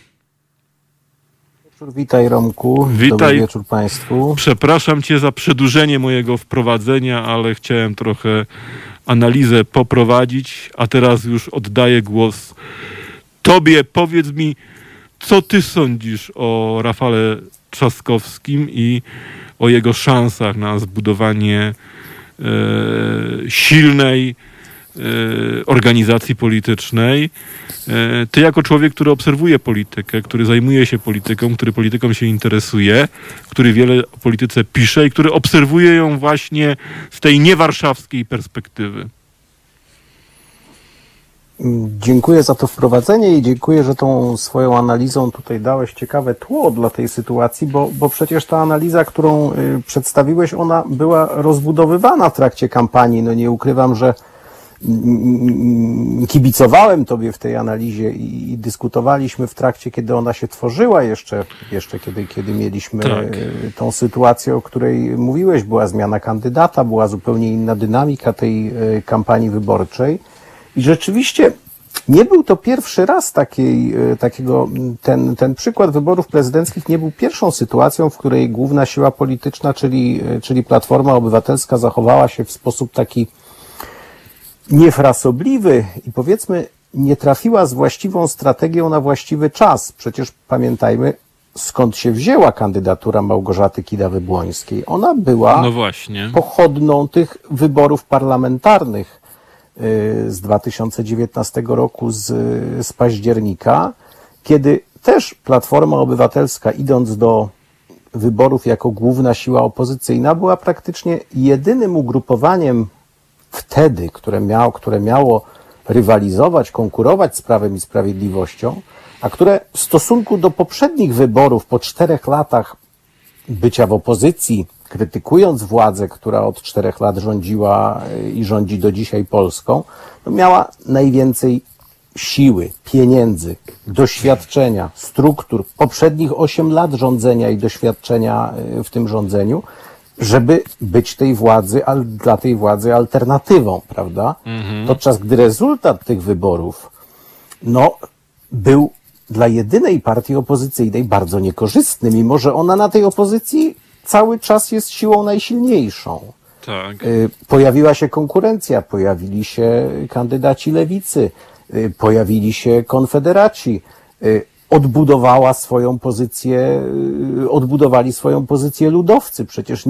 Witaj, Romku. Witaj. Dobry wieczór Państwu. Przepraszam Cię za przedłużenie mojego wprowadzenia, ale chciałem trochę analizę poprowadzić, a teraz już oddaję głos Tobie. Powiedz mi, co Ty sądzisz o Rafale Trzaskowskim i o jego szansach na zbudowanie silnej organizacji politycznej. Ty jako człowiek, który obserwuje politykę, który zajmuje się polityką, który polityką się interesuje, który wiele o polityce pisze i który obserwuje ją właśnie z tej niewarszawskiej perspektywy. Dziękuję za to wprowadzenie i dziękuję, że tą swoją analizą tutaj dałeś ciekawe tło dla tej sytuacji, bo przecież ta analiza, którą przedstawiłeś, ona była rozbudowywana w trakcie kampanii. No nie ukrywam, że kibicowałem Tobie w tej analizie i dyskutowaliśmy w trakcie, kiedy ona się tworzyła jeszcze kiedy mieliśmy tą sytuację, o której mówiłeś, była zmiana kandydata, była zupełnie inna dynamika tej kampanii wyborczej i rzeczywiście nie był to pierwszy raz ten przykład wyborów prezydenckich nie był pierwszą sytuacją, w której główna siła polityczna, czyli Platforma Obywatelska zachowała się w sposób taki niefrasobliwy i powiedzmy nie trafiła z właściwą strategią na właściwy czas. Przecież pamiętajmy, skąd się wzięła kandydatura Małgorzaty Kidawy-Błońskiej. Ona była pochodną tych wyborów parlamentarnych z 2019 roku z października, kiedy też Platforma Obywatelska, idąc do wyborów jako główna siła opozycyjna, była praktycznie jedynym ugrupowaniem wtedy, które miało rywalizować, konkurować z Prawem i Sprawiedliwością, a które w stosunku do poprzednich wyborów po 4 latach bycia w opozycji, krytykując władzę, która od 4 lat rządziła i rządzi do dzisiaj Polską, no miała najwięcej siły, pieniędzy, doświadczenia, struktur, poprzednich 8 lat rządzenia i doświadczenia w tym rządzeniu, żeby być dla tej władzy alternatywą, prawda? Podczas gdy rezultat tych wyborów, był dla jedynej partii opozycyjnej bardzo niekorzystny, mimo że ona na tej opozycji cały czas jest siłą najsilniejszą. Tak. Pojawiła się konkurencja, pojawili się kandydaci lewicy, pojawili się konfederaci, odbudowali swoją pozycję ludowcy. Przecież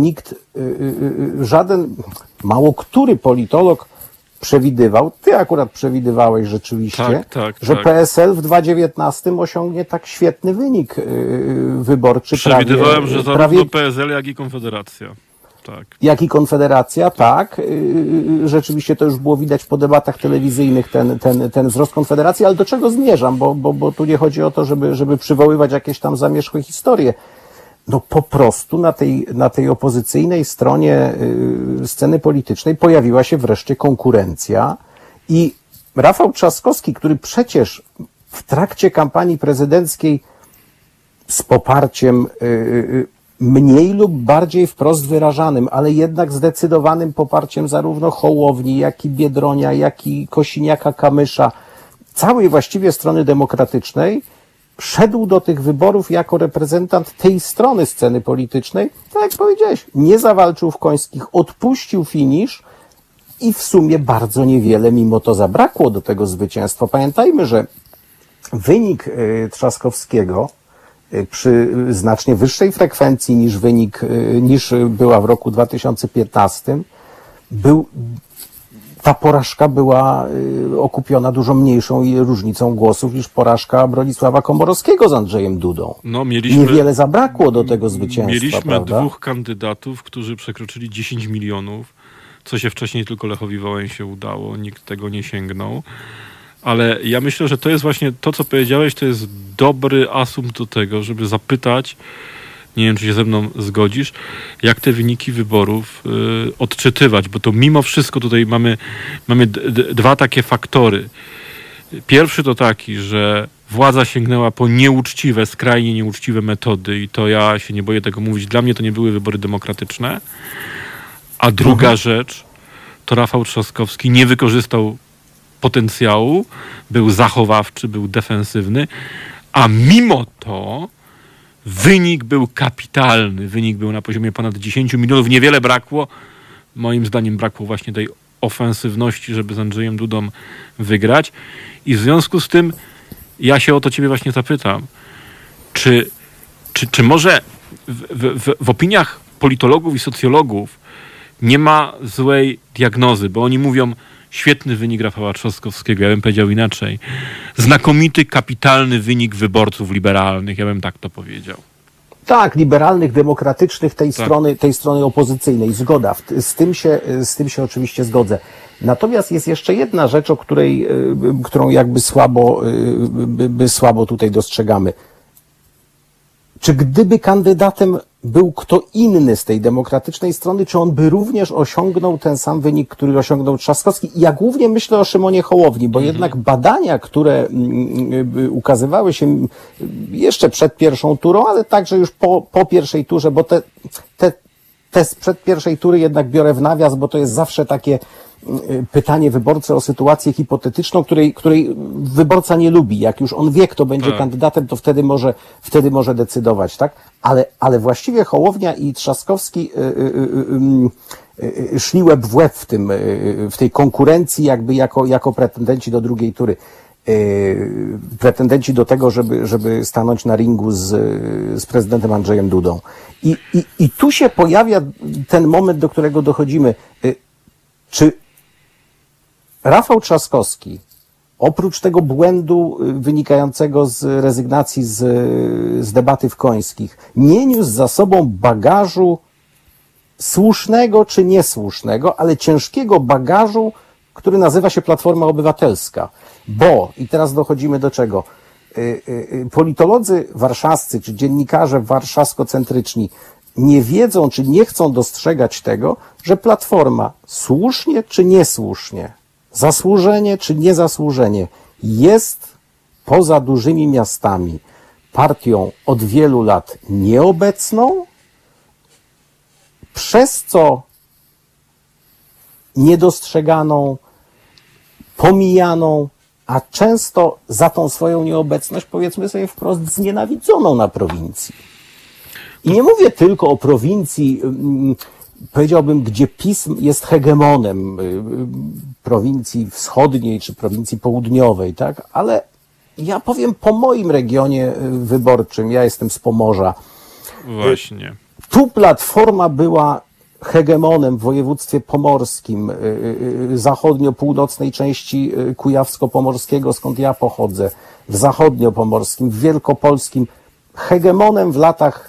mało który politolog przewidywał, ty akurat przewidywałeś rzeczywiście, że PSL w 2019 osiągnie tak świetny wynik wyborczy. Przewidywałem, że zarówno PSL, jak i Konfederacja. Tak. Jak i Konfederacja, tak. Rzeczywiście to już było widać po debatach telewizyjnych, ten wzrost Konfederacji, ale do czego zmierzam? Bo tu nie chodzi o to, żeby przywoływać jakieś tam zamierzchłe historie. Po prostu na tej opozycyjnej stronie sceny politycznej pojawiła się wreszcie konkurencja i Rafał Trzaskowski, który przecież w trakcie kampanii prezydenckiej z poparciem mniej lub bardziej wprost wyrażanym, ale jednak zdecydowanym poparciem zarówno Hołowni, jak i Biedronia, jak i Kosiniaka-Kamysza, całej właściwie strony demokratycznej, szedł do tych wyborów jako reprezentant tej strony sceny politycznej, tak jak powiedziałeś, nie zawalczył w końskich, odpuścił finisz i w sumie bardzo niewiele mimo to zabrakło do tego zwycięstwa. Pamiętajmy, że wynik Trzaskowskiego przy znacznie wyższej frekwencji niż była w roku 2015, ta porażka była okupiona dużo mniejszą różnicą głosów niż porażka Bronisława Komorowskiego z Andrzejem Dudą. Niewiele zabrakło do tego zwycięstwa. Mieliśmy prawda? 2 kandydatów, którzy przekroczyli 10 milionów, co się wcześniej tylko Lechowi Wałęsie udało, nikt tego nie sięgnął. Ale ja myślę, że to jest właśnie to, co powiedziałeś, to jest dobry asumpt do tego, żeby zapytać, nie wiem, czy się ze mną zgodzisz, jak te wyniki wyborów odczytywać, bo to mimo wszystko tutaj mamy 2 takie faktory. Pierwszy to taki, że władza sięgnęła po skrajnie nieuczciwe metody i to ja się nie boję tego mówić, dla mnie to nie były wybory demokratyczne. A druga rzecz, to Rafał Trzaskowski nie wykorzystał potencjału, był zachowawczy, był defensywny, a mimo to wynik był kapitalny. Wynik był na poziomie ponad 10 milionów. Niewiele brakło. Moim zdaniem brakło właśnie tej ofensywności, żeby z Andrzejem Dudą wygrać. I w związku z tym ja się o to ciebie właśnie zapytam. Czy może w opiniach politologów i socjologów nie ma złej diagnozy, bo oni mówią, świetny wynik Rafała Trzaskowskiego, ja bym powiedział inaczej. Znakomity, kapitalny wynik wyborców liberalnych, ja bym tak to powiedział. Tak, liberalnych, demokratycznych, tej strony opozycyjnej. Zgoda. Z tym się oczywiście zgodzę. Natomiast jest jeszcze jedna rzecz, którą jakby słabo tutaj dostrzegamy. Czy gdyby kandydatem był kto inny z tej demokratycznej strony, czy on by również osiągnął ten sam wynik, który osiągnął Trzaskowski? Ja głównie myślę o Szymonie Hołowni, bo jednak badania, które ukazywały się jeszcze przed pierwszą turą, ale także już po pierwszej turze, bo te sprzed pierwszej tury jednak biorę w nawias, bo to jest zawsze takie pytanie wyborcy o sytuację hipotetyczną, której wyborca nie lubi. Jak już on wie, kto będzie kandydatem, to wtedy może decydować, tak? Ale właściwie Hołownia i Trzaskowski szli łeb w łeb w tej konkurencji jakby jako pretendenci do drugiej tury. Pretendenci do tego, żeby stanąć na ringu z prezydentem Andrzejem Dudą. I tu się pojawia ten moment, do którego dochodzimy. Czy Rafał Trzaskowski, oprócz tego błędu wynikającego z rezygnacji z debaty w Końskich, nie niósł za sobą bagażu słusznego czy niesłusznego, ale ciężkiego bagażu, który nazywa się Platforma Obywatelska? Bo, i teraz dochodzimy do czego, politolodzy warszawscy czy dziennikarze warszawsko-centryczni nie wiedzą czy nie chcą dostrzegać tego, że Platforma słusznie czy niesłusznie, zasłużenie czy niezasłużenie jest poza dużymi miastami partią od wielu lat nieobecną, przez co niedostrzeganą, pomijaną, a często za tą swoją nieobecność, powiedzmy sobie wprost, znienawidzoną na prowincji. I nie mówię tylko o prowincji, powiedziałbym, gdzie PiS jest hegemonem, prowincji wschodniej czy prowincji południowej, tak? Ale ja powiem po moim regionie wyborczym, ja jestem z Pomorza. Właśnie. Tu Platforma była hegemonem w województwie pomorskim, zachodnio-północnej części Kujawsko-Pomorskiego, skąd ja pochodzę, w zachodnio-pomorskim, w wielkopolskim, hegemonem w latach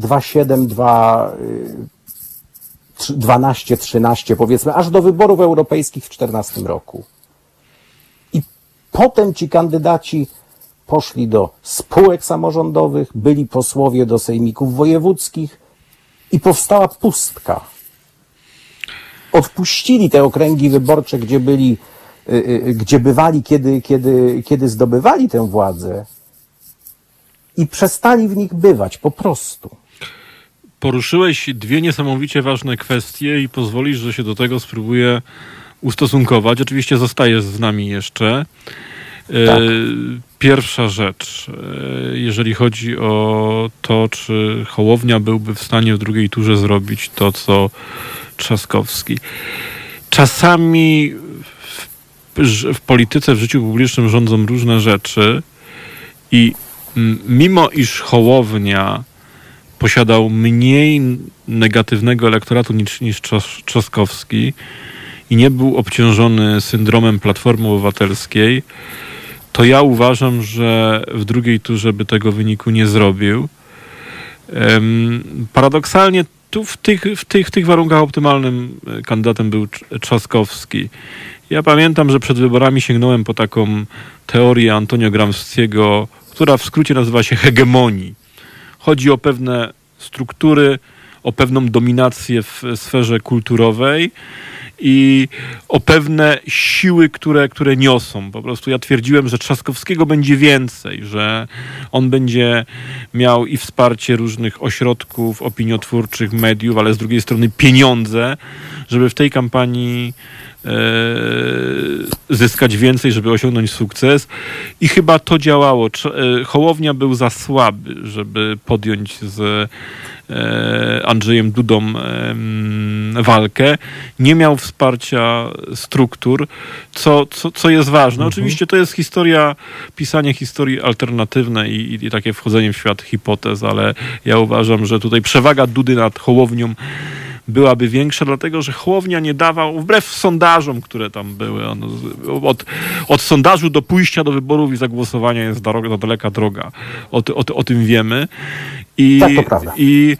2007-2012-13, powiedzmy, aż do wyborów europejskich w 2014 roku. I potem ci kandydaci poszli do spółek samorządowych, byli posłowie do sejmików wojewódzkich i powstała pustka. Odpuścili te okręgi wyborcze, gdzie bywali, kiedy zdobywali tę władzę i przestali w nich bywać, po prostu. Poruszyłeś dwie niesamowicie ważne kwestie i pozwolisz, że się do tego spróbuję ustosunkować. Oczywiście zostajesz z nami jeszcze. Tak. Pierwsza rzecz, jeżeli chodzi o to, czy Hołownia byłby w stanie w drugiej turze zrobić to, co Trzaskowski. Czasami w polityce, w życiu publicznym rządzą różne rzeczy i mimo iż Hołownia posiadał mniej negatywnego elektoratu niż Trzaskowski i nie był obciążony syndromem Platformy Obywatelskiej, to ja uważam, że w drugiej turze by tego wyniku nie zrobił. Paradoksalnie tu w tych warunkach optymalnym kandydatem był Trzaskowski. Ja pamiętam, że przed wyborami sięgnąłem po taką teorię Antonio Gramsciego, która w skrócie nazywa się hegemonii. Chodzi o pewne struktury, o pewną dominację w sferze kulturowej i o pewne siły, które niosą. Po prostu ja twierdziłem, że Trzaskowskiego będzie więcej, że on będzie miał i wsparcie różnych ośrodków opiniotwórczych, mediów, ale z drugiej strony pieniądze, żeby w tej kampanii zyskać więcej, żeby osiągnąć sukces i chyba to działało. Hołownia był za słaby, żeby podjąć z Andrzejem Dudą walkę. Nie miał wsparcia struktur, co jest ważne. Oczywiście to jest pisanie historii alternatywne i takie wchodzenie w świat hipotez, ale ja uważam, że tutaj przewaga Dudy nad Hołownią byłaby większa, dlatego że Hołownia nie dawał, wbrew sondażom, które tam były, od sondażu do pójścia do wyborów i zagłosowania jest za daleka droga. O tym wiemy. Tak, to prawda.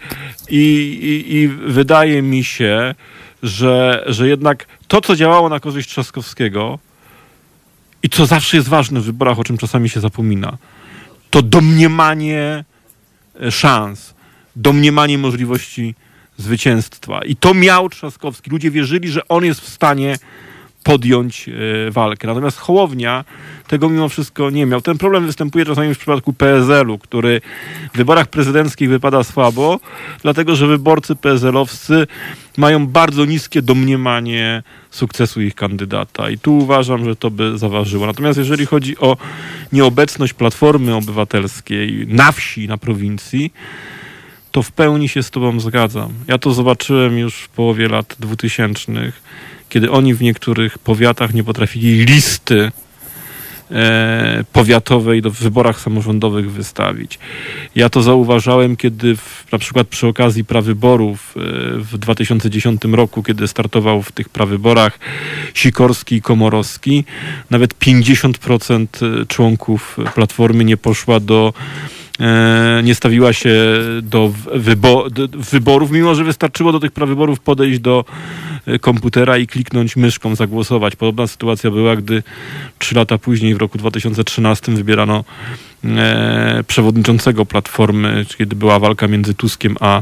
I wydaje mi się, że jednak to, co działało na korzyść Trzaskowskiego i co zawsze jest ważne w wyborach, o czym czasami się zapomina, to domniemanie szans, domniemanie możliwości zwycięstwa. I to miał Trzaskowski. Ludzie wierzyli, że on jest w stanie podjąć walkę. Natomiast Hołownia tego mimo wszystko nie miał. Ten problem występuje czasami w przypadku PSL-u, który w wyborach prezydenckich wypada słabo, dlatego że wyborcy PSL-owscy mają bardzo niskie domniemanie sukcesu ich kandydata. I tu uważam, że to by zaważyło. Natomiast jeżeli chodzi o nieobecność Platformy Obywatelskiej na wsi, na prowincji, to w pełni się z tobą zgadzam. Ja to zobaczyłem już w połowie lat 2000, kiedy oni w niektórych powiatach nie potrafili listy powiatowej w wyborach samorządowych wystawić. Ja to zauważałem, kiedy na przykład przy okazji prawyborów w 2010 roku, kiedy startował w tych prawyborach Sikorski i Komorowski, nawet 50% członków Platformy nie poszła nie stawiła się do wyborów, mimo że wystarczyło do tych prawyborów podejść do komputera i kliknąć myszką, zagłosować. Podobna sytuacja była, gdy 3 lata później, w roku 2013 wybierano przewodniczącego Platformy, kiedy była walka między Tuskiem a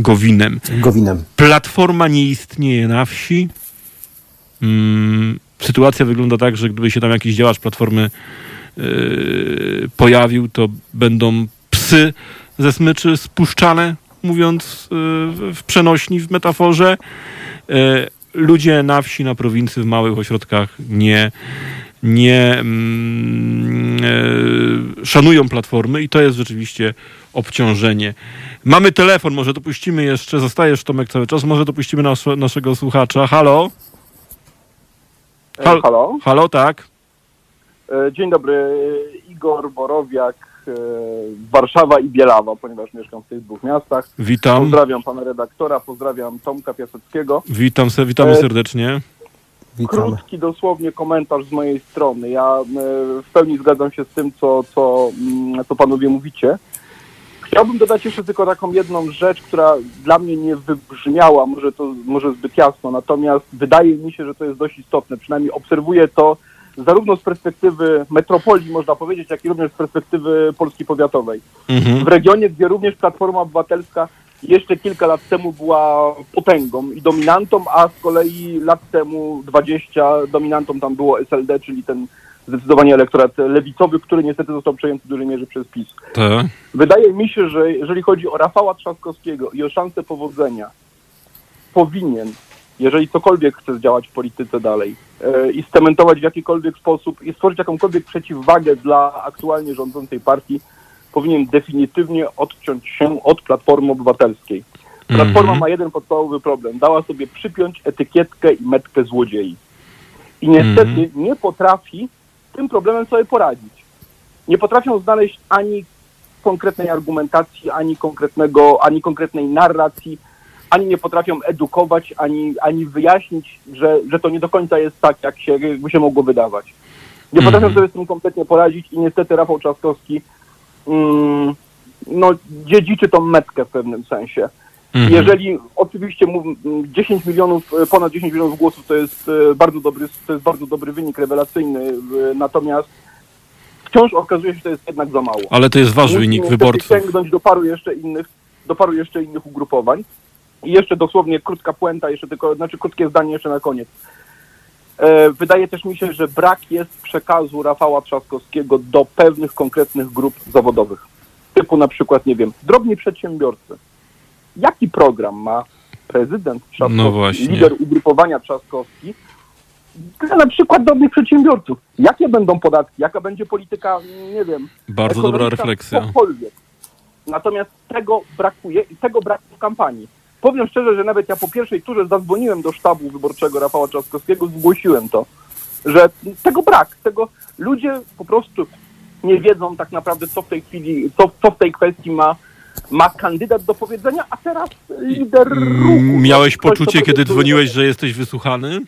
Gowinem. Platforma nie istnieje na wsi. sytuacja wygląda tak, że gdyby się tam jakiś działacz Platformy pojawił, to będą psy ze smyczy spuszczane, mówiąc w przenośni, w metaforze. Ludzie na wsi, na prowincji, w małych ośrodkach nie szanują Platformy i to jest rzeczywiście obciążenie. Mamy telefon, może dopuścimy jeszcze, zostajesz Tomek cały czas, może dopuścimy naszego słuchacza. Halo? Halo? Halo, tak. Dzień dobry, Igor Borowiak, Warszawa i Bielawa, ponieważ mieszkam w tych dwóch miastach. Witam. Pozdrawiam pana redaktora, pozdrawiam Tomka Piaseckiego. Witamy serdecznie. Witamy. Krótki dosłownie komentarz z mojej strony. Ja w pełni zgadzam się z tym, co panowie mówicie. Chciałbym dodać jeszcze tylko taką jedną rzecz, która dla mnie nie wybrzmiała, może zbyt jasno, natomiast wydaje mi się, że to jest dość istotne. Przynajmniej obserwuję to zarówno z perspektywy metropolii, można powiedzieć, jak i również z perspektywy Polski powiatowej. W regionie, gdzie również Platforma Obywatelska jeszcze kilka lat temu była potęgą i dominantą, a z kolei lat temu 20 dominantą tam było SLD, czyli ten zdecydowanie elektorat lewicowy, który niestety został przejęty w dużej mierze przez PiS. Tak. Wydaje mi się, że jeżeli chodzi o Rafała Trzaskowskiego i o szansę powodzenia, powinien, jeżeli cokolwiek chce zdziałać w polityce dalej i scementować w jakikolwiek sposób i stworzyć jakąkolwiek przeciwwagę dla aktualnie rządzącej partii, powinien definitywnie odciąć się od Platformy Obywatelskiej. Platforma ma jeden podstawowy problem. Dała sobie przypiąć etykietkę i metkę złodziei. I niestety nie potrafi tym problemem sobie poradzić. Nie potrafią znaleźć ani konkretnej argumentacji, ani konkretnej narracji, ani nie potrafią edukować, ani wyjaśnić, że to nie do końca jest tak, jakby się mogło wydawać. Nie potrafią sobie z tym kompletnie poradzić i niestety Rafał Trzaskowski dziedziczy tą metkę w pewnym sensie. Jeżeli oczywiście ponad 10 milionów głosów to jest bardzo dobry wynik, rewelacyjny, natomiast wciąż okazuje się, że to jest jednak za mało. Ale to jest wasz wynik wyborców. Sięgnąć do paru jeszcze innych ugrupowań. I jeszcze dosłownie krótka puenta, krótkie zdanie jeszcze na koniec. Wydaje też mi się, że brak jest przekazu Rafała Trzaskowskiego do pewnych konkretnych grup zawodowych. Typu na przykład, nie wiem, drobni przedsiębiorcy. Jaki program ma prezydent Trzaskowski, lider ugrupowania Trzaskowski, dla na przykład drobnych przedsiębiorców? Jakie będą podatki? Jaka będzie polityka, nie wiem. Bardzo dobra refleksja. Cokolwiek. Natomiast tego brakuje i tego brakuje w kampanii. Powiem szczerze, że nawet ja po pierwszej turze zadzwoniłem do sztabu wyborczego Rafała Trzaskowskiego, zgłosiłem to, że tego brak, ludzie po prostu nie wiedzą tak naprawdę, co w tej chwili, co w tej kwestii ma kandydat do powiedzenia, a teraz lider ruchu. Miałeś poczucie, kiedy dzwoniłeś, że jesteś wysłuchany?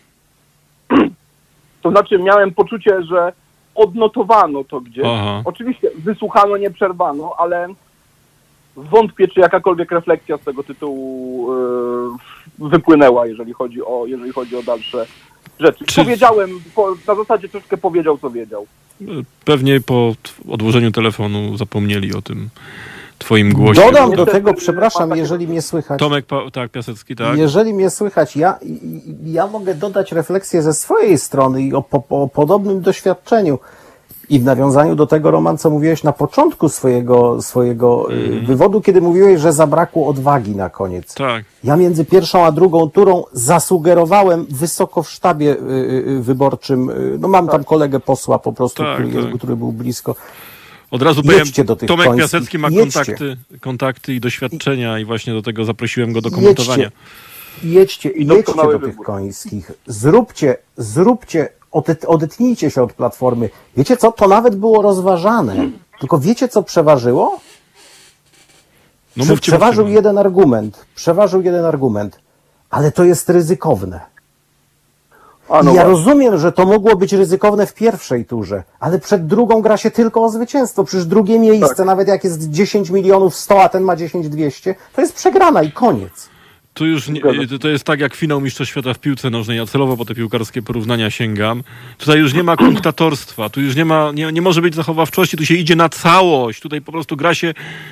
To znaczy miałem poczucie, że odnotowano to gdzieś. Aha. Oczywiście wysłuchano, nie przerwano, ale wątpię, czy jakakolwiek refleksja z tego tytułu wypłynęła, jeżeli chodzi o dalsze rzeczy. Powiedziałem, na zasadzie troszkę powiedział, co wiedział. Pewnie po odłożeniu telefonu zapomnieli o tym twoim głosie. Dodam do tego, przepraszam, jeżeli mnie słychać. Tomek, tak, Piasecki, tak. Jeżeli mnie słychać, ja mogę dodać refleksję ze swojej strony i o podobnym doświadczeniu. I w nawiązaniu do tego, Roman, co mówiłeś na początku swojego wywodu, kiedy mówiłeś, że zabrakło odwagi na koniec. Tak. Ja między pierwszą a drugą turą zasugerowałem wysoko w sztabie wyborczym, mam tam kolegę posła po prostu, który był blisko. Od razu powiem, Tomek Piasecki ma kontakty i doświadczenia i właśnie do tego zaprosiłem go do komentowania. Jedźcie do tych końskich. Zróbcie, odetnijcie się od Platformy. Wiecie co? To nawet było rozważane. Tylko wiecie, co przeważyło? Przeważył jeden argument. Ale to jest ryzykowne. Ja rozumiem, że to mogło być ryzykowne w pierwszej turze, ale przed drugą gra się tylko o zwycięstwo. Przecież drugie miejsce, nawet jak jest 10 milionów 100, a ten ma 10 200, to jest przegrana i koniec. Tu już to jest tak jak finał Mistrzostw Świata w piłce nożnej. Ja celowo po te piłkarskie porównania sięgam. Tutaj już nie ma kunktatorstwa, tu już nie może być zachowawczości, tu się idzie na całość. Tutaj po prostu gra się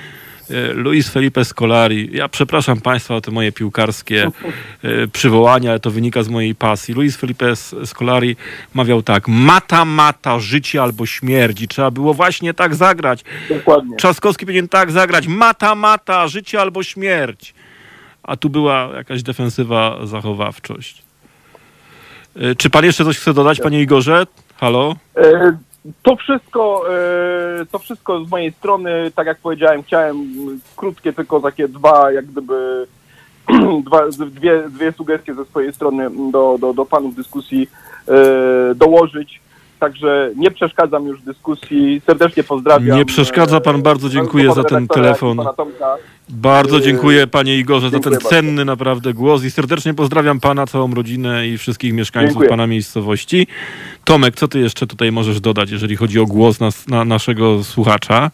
Luis Felipe Scolari, ja przepraszam Państwa o te moje piłkarskie przywołania, ale to wynika z mojej pasji. Luis Felipe Scolari mawiał tak: mata, życie albo śmierć. I trzeba było właśnie tak zagrać. Dokładnie. Trzaskowski powinien tak zagrać: mata, życie albo śmierć. A tu była jakaś defensywa, zachowawczość. Czy pan jeszcze coś chce dodać, panie Igorze? Halo? To wszystko z mojej strony. Tak jak powiedziałem, chciałem krótkie tylko takie dwie sugestie ze swojej strony do panów dyskusji dołożyć. Także nie przeszkadzam już w dyskusji. Serdecznie pozdrawiam. Nie przeszkadza pan, bardzo dziękuję za ten telefon. Bardzo dziękuję, panie Igorze, za ten cenny naprawdę głos i serdecznie pozdrawiam pana, całą rodzinę i wszystkich mieszkańców pana miejscowości. Tomek, co ty jeszcze tutaj możesz dodać, jeżeli chodzi o głos naszego słuchacza?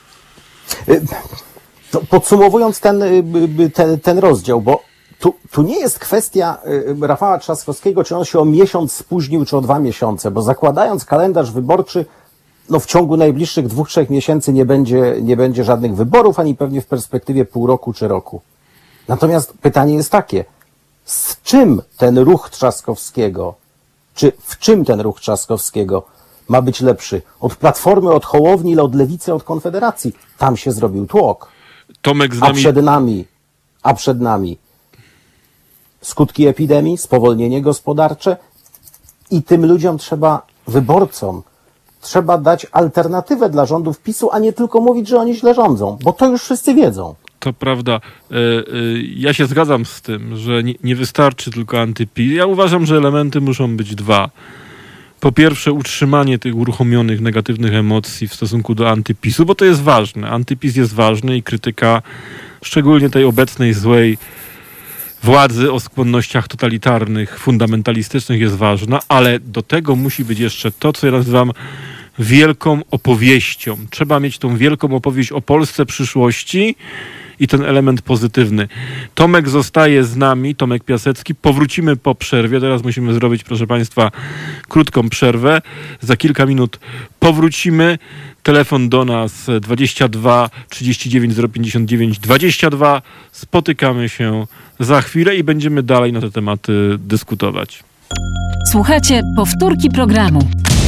Podsumowując ten rozdział, bo tu nie jest kwestia Rafała Trzaskowskiego, czy on się o miesiąc spóźnił, czy o 2 miesiące, bo zakładając kalendarz wyborczy, w ciągu najbliższych 2-3 miesięcy nie będzie żadnych wyborów, ani pewnie w perspektywie pół roku czy roku. Natomiast pytanie jest takie, z czym ten ruch Trzaskowskiego, czy w czym ten ruch Trzaskowskiego ma być lepszy? Od Platformy, od Hołowni, od Lewicy, od Konfederacji. Tam się zrobił tłok. Tomek z nami... A przed nami skutki epidemii, spowolnienie gospodarcze i tym ludziom wyborcom trzeba dać alternatywę dla rządów PiS-u, a nie tylko mówić, że oni źle rządzą, bo to już wszyscy wiedzą. To prawda. Ja się zgadzam z tym, że nie wystarczy tylko antyPiS. Ja uważam, że elementy muszą być 2. Po pierwsze, utrzymanie tych uruchomionych negatywnych emocji w stosunku do antyPiS-u, bo to jest ważne. AntyPiS jest ważny i krytyka szczególnie tej obecnej złej władzy o skłonnościach totalitarnych, fundamentalistycznych jest ważna, ale do tego musi być jeszcze to, co ja nazywam wielką opowieścią. Trzeba mieć tą wielką opowieść o Polsce przyszłości i ten element pozytywny. Tomek zostaje z nami, Tomek Piasecki. Powrócimy po przerwie. Teraz musimy zrobić, proszę państwa, krótką przerwę. Za kilka minut powrócimy. Telefon do nas 22 39 059 22. Spotykamy się za chwilę i będziemy dalej na te tematy dyskutować. Słuchajcie, powtórki programu.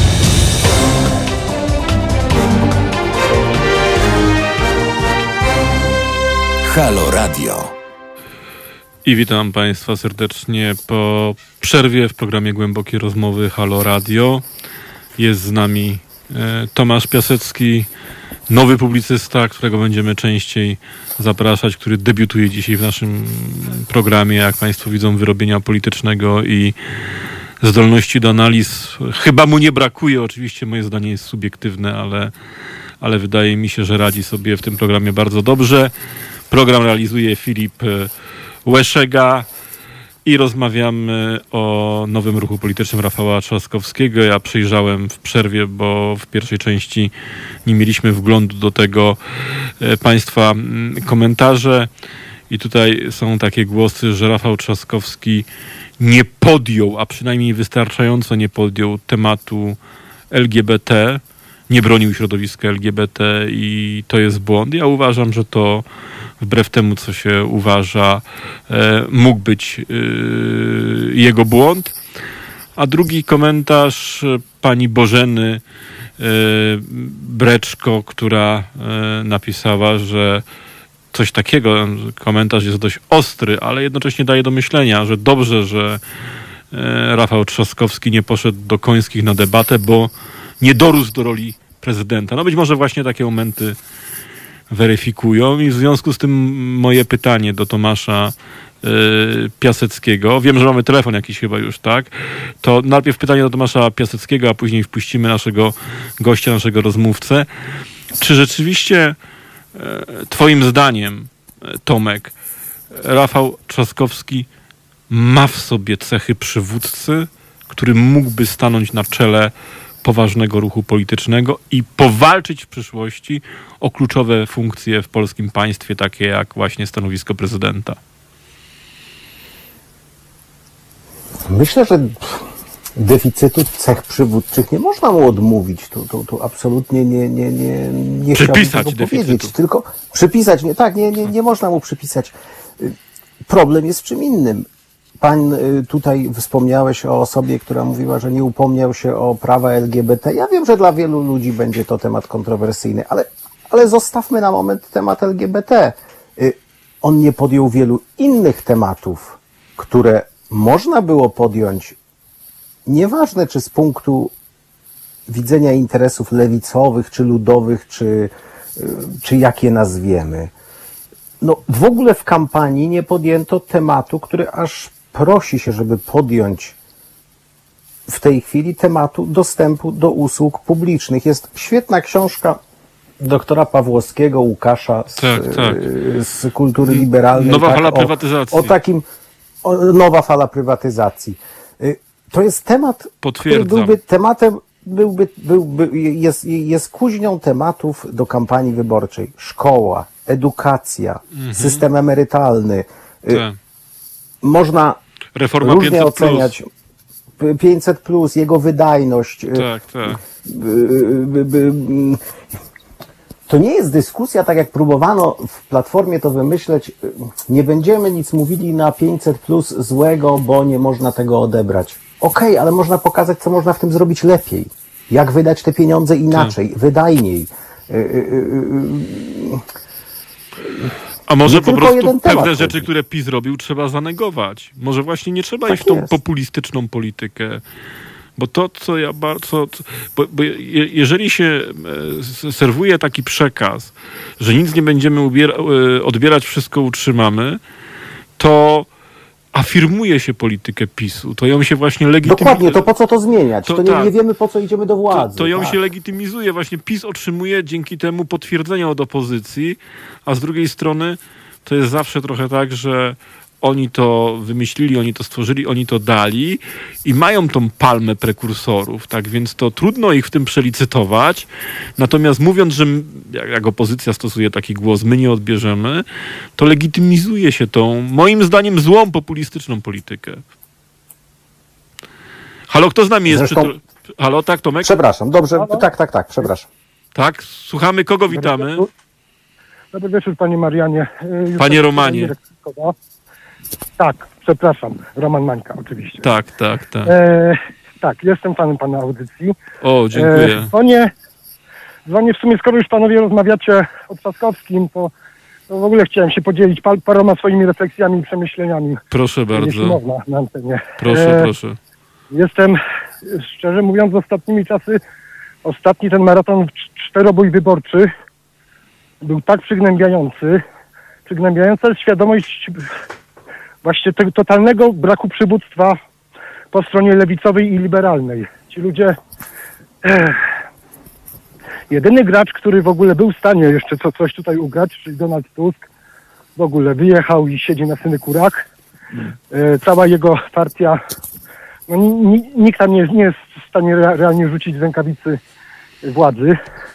Halo Radio. I witam państwa serdecznie po przerwie w programie Głębokie Rozmowy Halo Radio. Jest z nami Tomasz Piasecki, nowy publicysta, którego będziemy częściej zapraszać, który debiutuje dzisiaj w naszym programie, jak państwo widzą, wyrobienia politycznego i zdolności do analiz. Chyba mu nie brakuje, oczywiście moje zdanie jest subiektywne, ale wydaje mi się, że radzi sobie w tym programie bardzo dobrze. Program realizuje Filip Łeszega i rozmawiamy o nowym ruchu politycznym Rafała Trzaskowskiego. Ja przyjrzałem w przerwie, bo w pierwszej części nie mieliśmy wglądu do tego państwa komentarze i tutaj są takie głosy, że Rafał Trzaskowski nie podjął, a przynajmniej wystarczająco nie podjął tematu LGBT, nie bronił środowiska LGBT i to jest błąd. Ja uważam, że to wbrew temu, co się uważa, mógł być jego błąd. A drugi komentarz pani Bożeny Breczko, która napisała, że coś takiego, komentarz jest dość ostry, ale jednocześnie daje do myślenia, że dobrze, że Rafał Trzaskowski nie poszedł do Końskich na debatę, bo nie dorósł do roli prezydenta. No być może właśnie takie momenty weryfikują i w związku z tym moje pytanie do Tomasza Piaseckiego. Wiem, że mamy telefon jakiś chyba już, tak? To najpierw pytanie do Tomasza Piaseckiego, a później wpuścimy naszego gościa, naszego rozmówcę. Czy rzeczywiście twoim zdaniem, Tomek, Rafał Trzaskowski ma w sobie cechy przywódcy, który mógłby stanąć na czele poważnego ruchu politycznego i powalczyć w przyszłości o kluczowe funkcje w polskim państwie, takie jak właśnie stanowisko prezydenta? Myślę, że deficytu cech przywódczych nie można mu odmówić. Tu absolutnie nie przypisać chciałbym tego deficytu. powiedzieć. Tylko przypisać, nie można mu przypisać. Problem jest w czym innym. Pan tutaj wspomniałeś o osobie, która mówiła, że nie upomniał się o prawa LGBT. Ja wiem, że dla wielu ludzi będzie to temat kontrowersyjny, ale zostawmy na moment temat LGBT. On nie podjął wielu innych tematów, które można było podjąć, nieważne czy z punktu widzenia interesów lewicowych, czy ludowych, czy jak je nazwiemy. No, w ogóle w kampanii nie podjęto tematu, który aż prosi się, żeby podjąć w tej chwili tematu dostępu do usług publicznych. Jest świetna książka doktora Pawłowskiego, Łukasza z Kultury Liberalnej. Nowa fala prywatyzacji. Nowa fala prywatyzacji. To jest temat, który byłby tematem, jest kuźnią tematów do kampanii wyborczej. Szkoła, edukacja, system emerytalny. Można reforma różnie 500+. oceniać 500+, jego wydajność. To nie jest dyskusja, tak jak próbowano w Platformie to wymyśleć, nie będziemy nic mówili na 500+ złego, bo nie można tego odebrać. Okej, ale można pokazać, co można w tym zrobić lepiej. Jak wydać te pieniądze inaczej, wydajniej. A może po prostu pewne rzeczy, które PiS robił, trzeba zanegować. Może właśnie nie trzeba iść w tą populistyczną politykę. Bo to, co ja bardzo... Bo jeżeli się serwuje taki przekaz, że nic nie będziemy odbierać, wszystko utrzymamy, to afirmuje się politykę PiS-u. To ją się właśnie legitymizuje. Dokładnie, to po co to zmieniać? To nie wiemy, po co idziemy do władzy. To ją się legitymizuje. Właśnie PiS otrzymuje dzięki temu potwierdzenia od opozycji, a z drugiej strony to jest zawsze trochę tak, że oni to wymyślili, oni to stworzyli, oni to dali i mają tą palmę prekursorów, tak więc to trudno ich w tym przelicytować. Natomiast mówiąc, że jak opozycja stosuje taki głos, my nie odbierzemy, to legitymizuje się tą, moim zdaniem, złą populistyczną politykę. Halo, kto z nami jest? Halo, tak, Tomek? Przepraszam, dobrze, tak, przepraszam. Tak, słuchamy, kogo witamy? Dobry wieczór, panie Marianie. Panie Romanie. Tak, przepraszam. Roman Mańka, oczywiście. Tak. Tak, jestem fanem pana audycji. O, dziękuję. Dzwonię w sumie, skoro już panowie rozmawiacie o Trzaskowskim, to w ogóle chciałem się podzielić paroma swoimi refleksjami i przemyśleniami. Proszę bardzo. Jeśli można, na antenie. Proszę. Jestem, szczerze mówiąc, ostatni ten maraton czterobój wyborczy był tak przygnębiająca świadomość właśnie tego totalnego braku przywództwa po stronie lewicowej i liberalnej. Ci ludzie... Jedyny gracz, który w ogóle był w stanie jeszcze coś tutaj ugrać, czyli Donald Tusk, w ogóle wyjechał i siedzi na synekurach. Cała jego partia... No, nikt tam nie jest w stanie realnie rzucić z rękawicy władzy.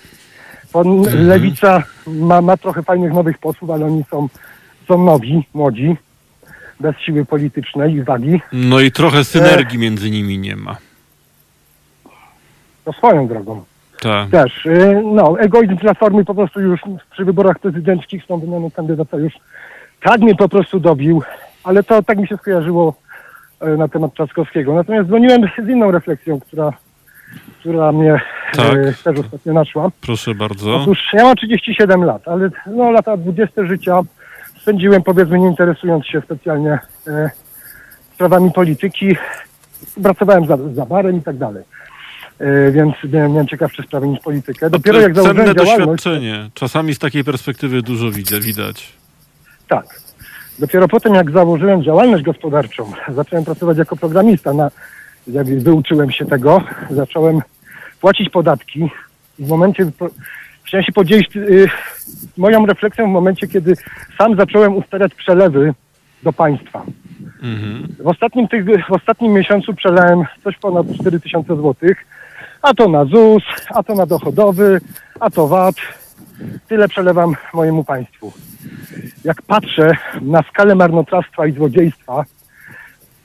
Lewica ma trochę fajnych nowych posłów, ale oni są nowi, młodzi, bez siły politycznej i wagi. No i trochę synergii między nimi nie ma. To swoją drogą. Tak. Też. Egoizm Platformy po prostu już przy wyborach prezydenckich z tą wymianą kandydata już tak mnie po prostu dobił, ale to tak mi się skojarzyło na temat Trzaskowskiego. Natomiast dzwoniłem z inną refleksją, która mnie też ostatnio naszła. Proszę bardzo. Otóż ja mam 37 lat, ale lata 20 życia spędziłem, powiedzmy, nie interesując się specjalnie sprawami polityki. Pracowałem za barem i tak dalej. Więc miałem ciekawsze sprawy niż politykę. Dopiero jak założyłem działalność... doświadczenie. Czasami z takiej perspektywy dużo widać. Tak. Dopiero potem, jak założyłem działalność gospodarczą, zacząłem pracować jako programista. Jak wyuczyłem się tego, zacząłem płacić podatki. W momencie... Chciałem się podzielić moją refleksją w momencie, kiedy sam zacząłem ustawiać przelewy do państwa. W ostatnim miesiącu przelałem coś ponad 4000 złotych, a to na ZUS, a to na dochodowy, a to VAT. Tyle przelewam mojemu państwu. Jak patrzę na skalę marnotrawstwa i złodziejstwa,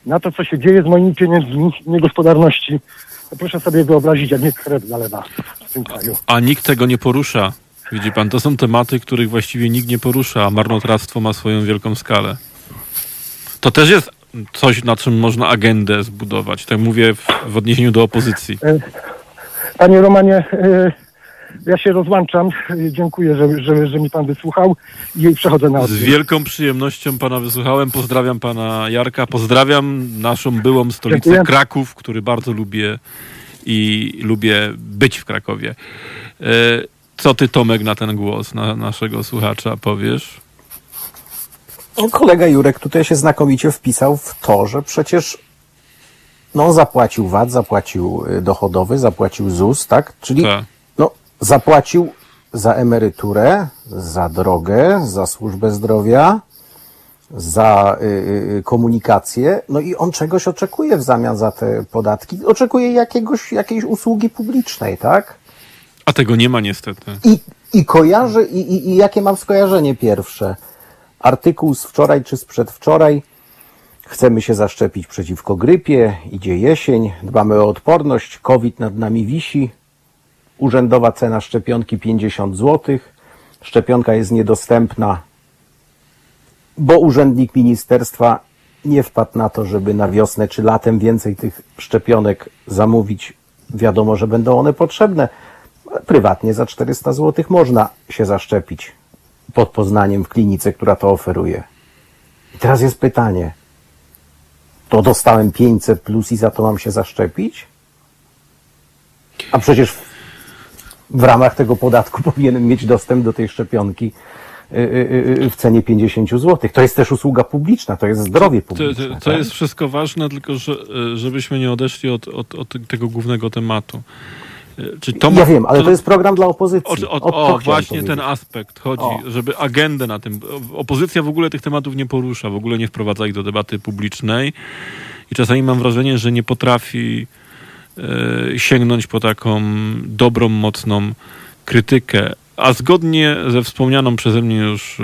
na to, co się dzieje z moimi pieniędzmi, niegospodarności, to proszę sobie wyobrazić, jak mnie krew zalewa w tym kraju. A nikt tego nie porusza. Widzi pan, to są tematy, których właściwie nikt nie porusza, a marnotrawstwo ma swoją wielką skalę. To też jest coś, na czym można agendę zbudować. Tak mówię w odniesieniu do opozycji. Panie Romanie, ja się rozłączam. Dziękuję, że mi pan wysłuchał i przechodzę na odbiór. Z wielką przyjemnością pana wysłuchałem. Pozdrawiam pana Jarka. Pozdrawiam naszą byłą stolicę Dziękuję. Kraków, który bardzo lubię i lubię być w Krakowie. Co ty, Tomek, na ten głos, na naszego słuchacza powiesz? Kolega Jurek tutaj się znakomicie wpisał w to, że przecież on zapłacił VAT, zapłacił dochodowy, zapłacił ZUS, tak? Czyli Tak. zapłacił za emeryturę, za drogę, za służbę zdrowia, za komunikację, i on czegoś oczekuje w zamian za te podatki. Oczekuje jakiejś usługi publicznej, tak? A tego nie ma niestety. I kojarzę, i jakie mam skojarzenie pierwsze? Artykuł z wczoraj czy z przedwczoraj. Chcemy się zaszczepić przeciwko grypie, idzie jesień, dbamy o odporność, COVID nad nami wisi. Urzędowa cena szczepionki 50 zł. Szczepionka jest niedostępna, bo urzędnik ministerstwa nie wpadł na to, żeby na wiosnę czy latem więcej tych szczepionek zamówić. Wiadomo, że będą one potrzebne. Prywatnie za 400 zł można się zaszczepić pod Poznaniem w klinice, która to oferuje. I teraz jest pytanie, to dostałem 500 plus i za to mam się zaszczepić? A przecież w ramach tego podatku powinienem mieć dostęp do tej szczepionki w cenie 50 zł. To jest też usługa publiczna, to jest zdrowie publiczne. To jest wszystko ważne, tylko żebyśmy nie odeszli od tego głównego tematu. Ja wiem, ale to jest program dla opozycji. Właśnie ten aspekt chodzi, żeby agendę na tym... Opozycja w ogóle tych tematów nie porusza, w ogóle nie wprowadza ich do debaty publicznej i czasami mam wrażenie, że nie potrafi sięgnąć po taką dobrą, mocną krytykę. A zgodnie ze wspomnianą przeze mnie już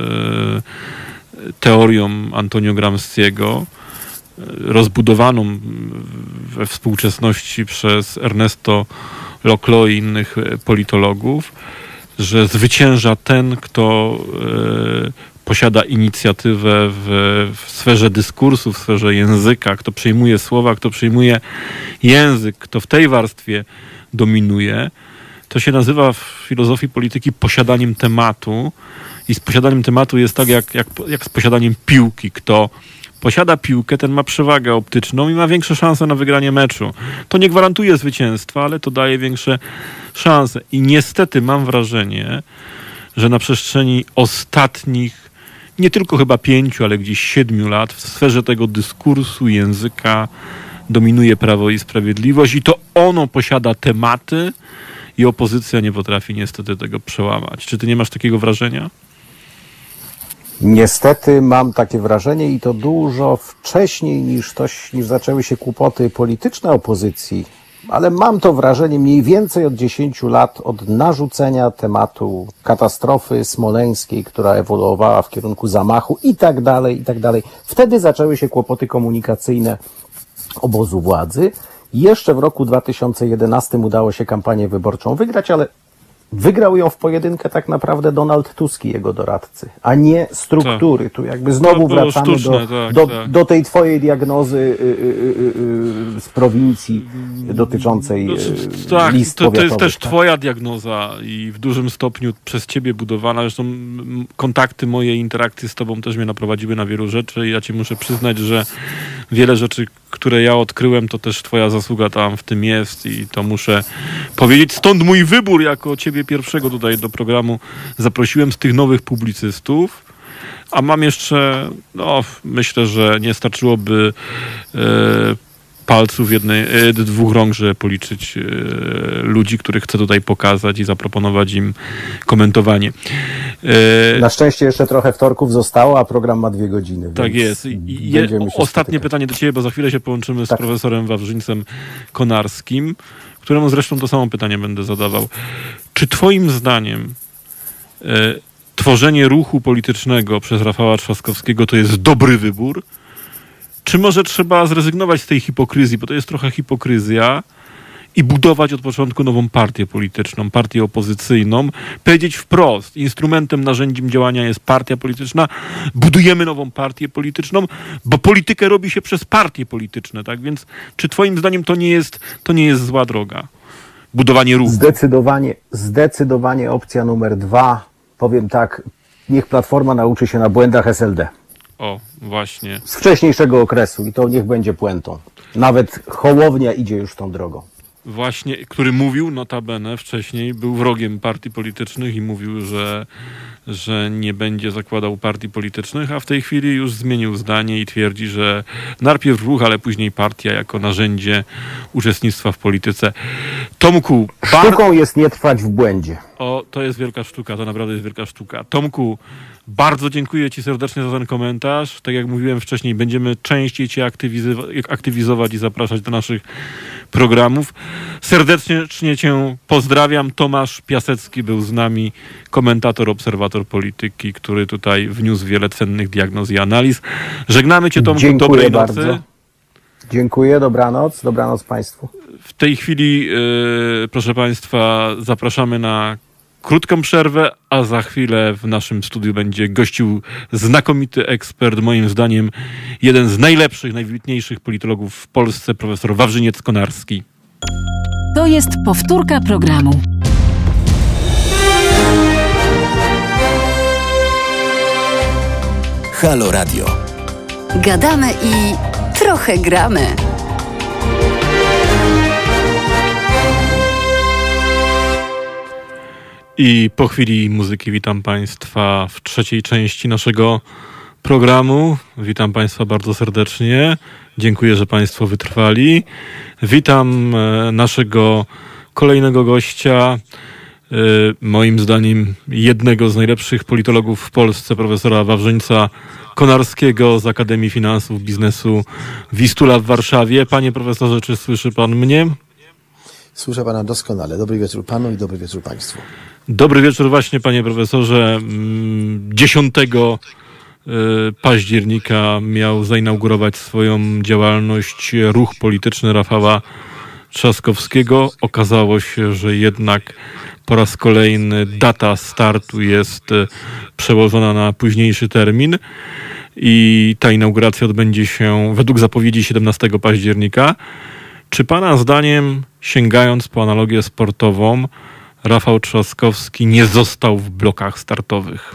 teorią Antonio Gramsciego, rozbudowaną we współczesności przez Ernesto Loclo i innych politologów, że zwycięża ten, kto posiada inicjatywę w sferze dyskursu, w sferze języka, kto przyjmuje słowa, kto przyjmuje język, kto w tej warstwie dominuje. To się nazywa w filozofii polityki posiadaniem tematu i z posiadaniem tematu jest tak jak z posiadaniem piłki. Kto posiada piłkę, ten ma przewagę optyczną i ma większe szanse na wygranie meczu. To nie gwarantuje zwycięstwa, ale to daje większe szanse. I niestety mam wrażenie, że na przestrzeni ostatnich, nie tylko chyba 5, ale gdzieś 7 lat w sferze tego dyskursu, języka dominuje Prawo i Sprawiedliwość i to ono posiada tematy i opozycja nie potrafi niestety tego przełamać. Czy ty nie masz takiego wrażenia? Niestety mam takie wrażenie i to dużo wcześniej niż zaczęły się kłopoty polityczne opozycji, ale mam to wrażenie mniej więcej od 10 lat od narzucenia tematu katastrofy smoleńskiej, która ewoluowała w kierunku zamachu i tak dalej, i tak dalej. Wtedy zaczęły się kłopoty komunikacyjne obozu władzy. Jeszcze w roku 2011 udało się kampanię wyborczą wygrać, ale wygrał ją w pojedynkę tak naprawdę Donald Tusk i jego doradcy, a nie struktury. Tak. Tu jakby znowu wracamy do tej twojej diagnozy z prowincji dotyczącej list powiatowych. To jest też twoja diagnoza i w dużym stopniu przez ciebie budowana. Zresztą kontakty moje, interakcje z tobą też mnie naprowadziły na wielu rzeczy i ja ci muszę przyznać, że wiele rzeczy, które ja odkryłem, to też twoja zasługa tam w tym jest i to muszę powiedzieć. Stąd mój wybór jako ciebie pierwszego tutaj do programu zaprosiłem z tych nowych publicystów, a mam jeszcze, myślę, że nie starczyłoby palców dwóch rąk, żeby policzyć ludzi, których chcę tutaj pokazać i zaproponować im komentowanie. Na szczęście jeszcze trochę wtorków zostało, a program ma 2 godziny. Tak jest. Ostatnie pytanie do ciebie, bo za chwilę się połączymy z profesorem Wawrzyńcem Konarskim, któremu zresztą to samo pytanie będę zadawał. Czy twoim zdaniem tworzenie ruchu politycznego przez Rafała Trzaskowskiego to jest dobry wybór? Czy może trzeba zrezygnować z tej hipokryzji, bo to jest trochę hipokryzja, i budować od początku nową partię polityczną, partię opozycyjną, powiedzieć wprost, instrumentem, narzędziem działania jest partia polityczna, budujemy nową partię polityczną, bo politykę robi się przez partie polityczne, tak? Więc czy twoim zdaniem to nie jest zła droga? Budowanie ruchu. Zdecydowanie opcja numer 2. Powiem tak, niech Platforma nauczy się na błędach SLD. O, właśnie. Z wcześniejszego okresu i to niech będzie puentą. Nawet Hołownia idzie już tą drogą. Właśnie, który mówił, notabene wcześniej, był wrogiem partii politycznych i mówił, że nie będzie zakładał partii politycznych, a w tej chwili już zmienił zdanie i twierdzi, że najpierw ruch, ale później partia jako narzędzie uczestnictwa w polityce. Tomku, sztuką jest nie trwać w błędzie. O, to jest wielka sztuka, to naprawdę jest wielka sztuka. Tomku, bardzo dziękuję ci serdecznie za ten komentarz. Tak jak mówiłem wcześniej, będziemy częściej cię aktywizować i zapraszać do naszych programów. Serdecznie cię pozdrawiam. Tomasz Piasecki był z nami, komentator, obserwator polityki, który tutaj wniósł wiele cennych diagnoz i analiz. Żegnamy cię, Tomku. Dziękuję dobrej bardzo. nocy. Dziękuję, dobranoc. Dobranoc Państwu. W tej chwili, proszę Państwa, zapraszamy na krótką przerwę, a za chwilę w naszym studiu będzie gościł znakomity ekspert, moim zdaniem jeden z najlepszych, najwybitniejszych politologów w Polsce, profesor Wawrzyniec-Konarski. To jest powtórka programu. Halo Radio. Gadamy i trochę gramy. I po chwili muzyki witam Państwa w trzeciej części naszego programu. Witam Państwa bardzo serdecznie. Dziękuję, że Państwo wytrwali. Witam naszego kolejnego gościa, moim zdaniem jednego z najlepszych politologów w Polsce, profesora Wawrzyńca Konarskiego z Akademii Finansów Biznesu Wistula w Warszawie. Panie profesorze, czy słyszy Pan mnie? Słyszę Pana doskonale. Dobry wieczór Panu i dobry wieczór Państwu. Dobry wieczór właśnie, panie profesorze. 10 października miał zainaugurować swoją działalność ruch polityczny Rafała Trzaskowskiego. Okazało się, że jednak po raz kolejny data startu jest przełożona na późniejszy termin i ta inauguracja odbędzie się według zapowiedzi 17 października. Czy pana zdaniem, sięgając po analogię sportową, Rafał Trzaskowski nie został w blokach startowych?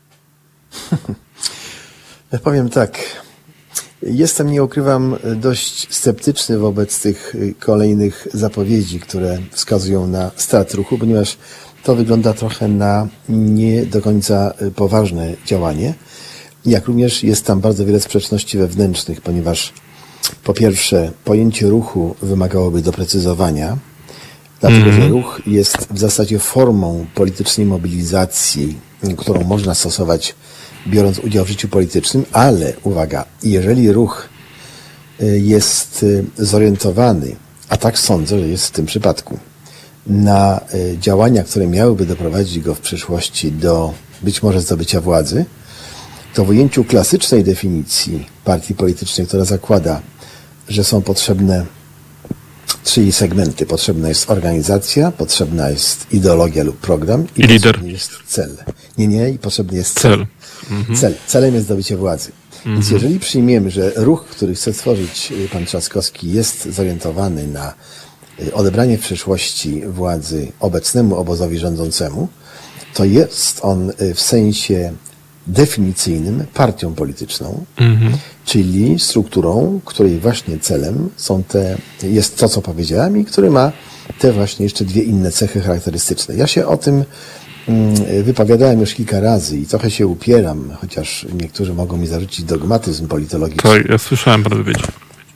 Ja powiem tak. Jestem, nie ukrywam, dość sceptyczny wobec tych kolejnych zapowiedzi, które wskazują na start ruchu, ponieważ to wygląda trochę na nie do końca poważne działanie. Jak również jest tam bardzo wiele sprzeczności wewnętrznych, ponieważ po pierwsze pojęcie ruchu wymagałoby doprecyzowania, dlatego że ruch jest w zasadzie formą politycznej mobilizacji, którą można stosować biorąc udział w życiu politycznym, ale uwaga, jeżeli ruch jest zorientowany, a tak sądzę, że jest w tym przypadku, na działania, które miałyby doprowadzić go w przyszłości do być może zdobycia władzy, to w ujęciu klasycznej definicji partii politycznej, która zakłada, że są potrzebne 3 segmenty. Potrzebna jest organizacja, potrzebna jest ideologia lub program i potrzebny jest cel. I potrzebny jest cel. Celem jest zdobycie władzy. Więc jeżeli przyjmiemy, że ruch, który chce stworzyć pan Trzaskowski, jest zorientowany na odebranie w przyszłości władzy obecnemu obozowi rządzącemu, to jest on w sensie definicyjnym partią polityczną, czyli strukturą, której właśnie celem jest to, co powiedziałem i który ma te właśnie jeszcze 2 inne cechy charakterystyczne. Ja się o tym wypowiadałem już kilka razy i trochę się upieram, chociaż niektórzy mogą mi zarzucić dogmatyzm politologiczny. To ja słyszałem, pan powiedział.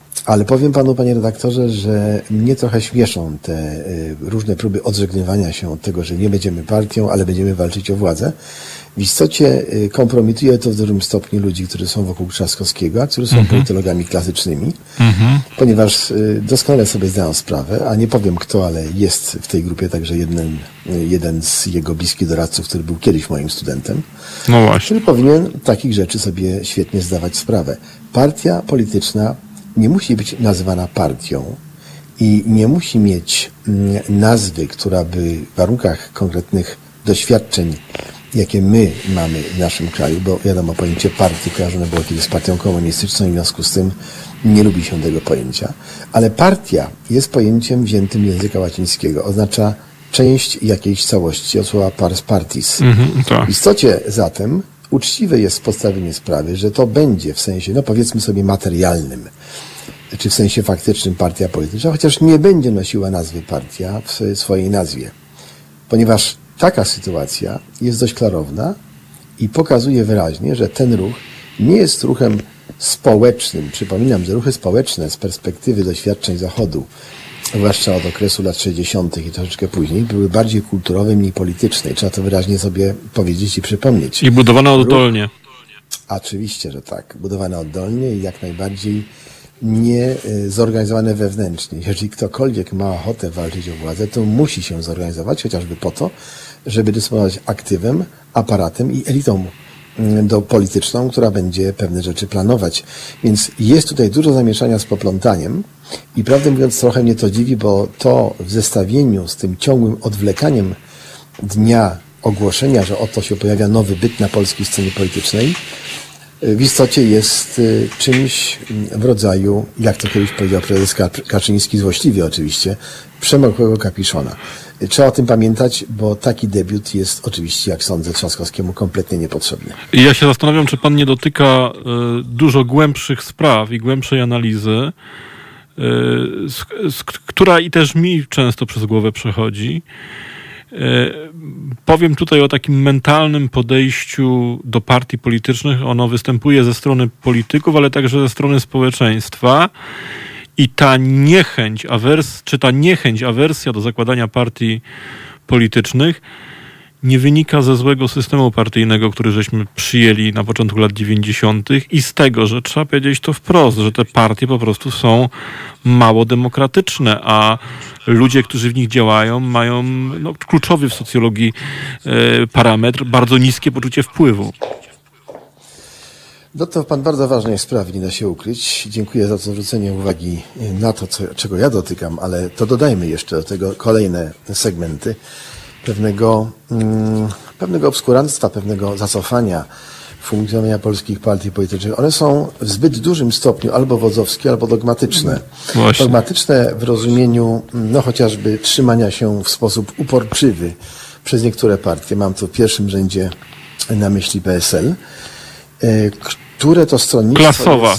Ale powiem panu, panie redaktorze, że mnie trochę śmieszą te różne próby odżegnywania się od tego, że nie będziemy partią, ale będziemy walczyć o władzę. W istocie kompromituje to w dużym stopniu ludzi, którzy są wokół Trzaskowskiego, a którzy są politologami klasycznymi, ponieważ doskonale sobie zdają sprawę, a nie powiem kto, ale jest w tej grupie także jeden z jego bliskich doradców, który był kiedyś moim studentem, no właśnie, który powinien takich rzeczy sobie świetnie zdawać sprawę. Partia polityczna nie musi być nazywana partią i nie musi mieć nazwy, która by w warunkach konkretnych doświadczeń, jakie my mamy w naszym kraju, bo wiadomo, pojęcie partii kojarzone było kiedyś z partią komunistyczną i w związku z tym nie lubi się tego pojęcia. Ale partia jest pojęciem wziętym z języka łacińskiego. Oznacza część jakiejś całości, od słowa pars partis. Tak. W istocie zatem uczciwe jest postawienie sprawy, że to będzie w sensie, no powiedzmy sobie materialnym, czy w sensie faktycznym partia polityczna, chociaż nie będzie nosiła nazwy partia w swojej nazwie. Ponieważ taka sytuacja jest dość klarowna i pokazuje wyraźnie, że ten ruch nie jest ruchem społecznym. Przypominam, że ruchy społeczne z perspektywy doświadczeń Zachodu, zwłaszcza od okresu lat 60. i troszeczkę później, były bardziej kulturowe, mniej polityczne. Trzeba to wyraźnie sobie powiedzieć i przypomnieć. I budowane oddolnie. Oczywiście, że tak. Budowane oddolnie i jak najbardziej nie zorganizowane wewnętrznie. Jeżeli ktokolwiek ma ochotę walczyć o władzę, to musi się zorganizować, chociażby po to, żeby dysponować aktywem, aparatem i elitą polityczną, która będzie pewne rzeczy planować. Więc jest tutaj dużo zamieszania z poplątaniem i prawdę mówiąc trochę mnie to dziwi, bo to w zestawieniu z tym ciągłym odwlekaniem dnia ogłoszenia, że oto się pojawia nowy byt na polskiej scenie politycznej, w istocie jest czymś w rodzaju, jak to kiedyś powiedział prezes Kaczyński, złośliwie oczywiście, przemokłego kapiszona. Trzeba o tym pamiętać, bo taki debiut jest oczywiście, jak sądzę, Trzaskowskiemu kompletnie niepotrzebny. I ja się zastanawiam, czy pan nie dotyka dużo głębszych spraw i głębszej analizy, która i też mi często przez głowę przechodzi. Powiem tutaj o takim mentalnym podejściu do partii politycznych. Ono występuje ze strony polityków, ale także ze strony społeczeństwa. I ta niechęć, awersja do zakładania partii politycznych nie wynika ze złego systemu partyjnego, który żeśmy przyjęli na początku lat 90. i z tego, że trzeba powiedzieć to wprost, że te partie po prostu są mało demokratyczne, a ludzie, którzy w nich działają, mają kluczowy w socjologii parametr, bardzo niskie poczucie wpływu. To pan bardzo ważnej sprawy, nie da się ukryć. Dziękuję za to zwrócenie uwagi na to, czego ja dotykam, ale to dodajmy jeszcze do tego kolejne segmenty pewnego obskuranstwa, pewnego zacofania funkcjonowania polskich partii politycznych. One są w zbyt dużym stopniu albo wodzowskie, albo dogmatyczne. Właśnie. Dogmatyczne w rozumieniu chociażby trzymania się w sposób uporczywy przez niektóre partie. Mam tu w pierwszym rzędzie na myśli PSL, które to stronnictwo klasowa.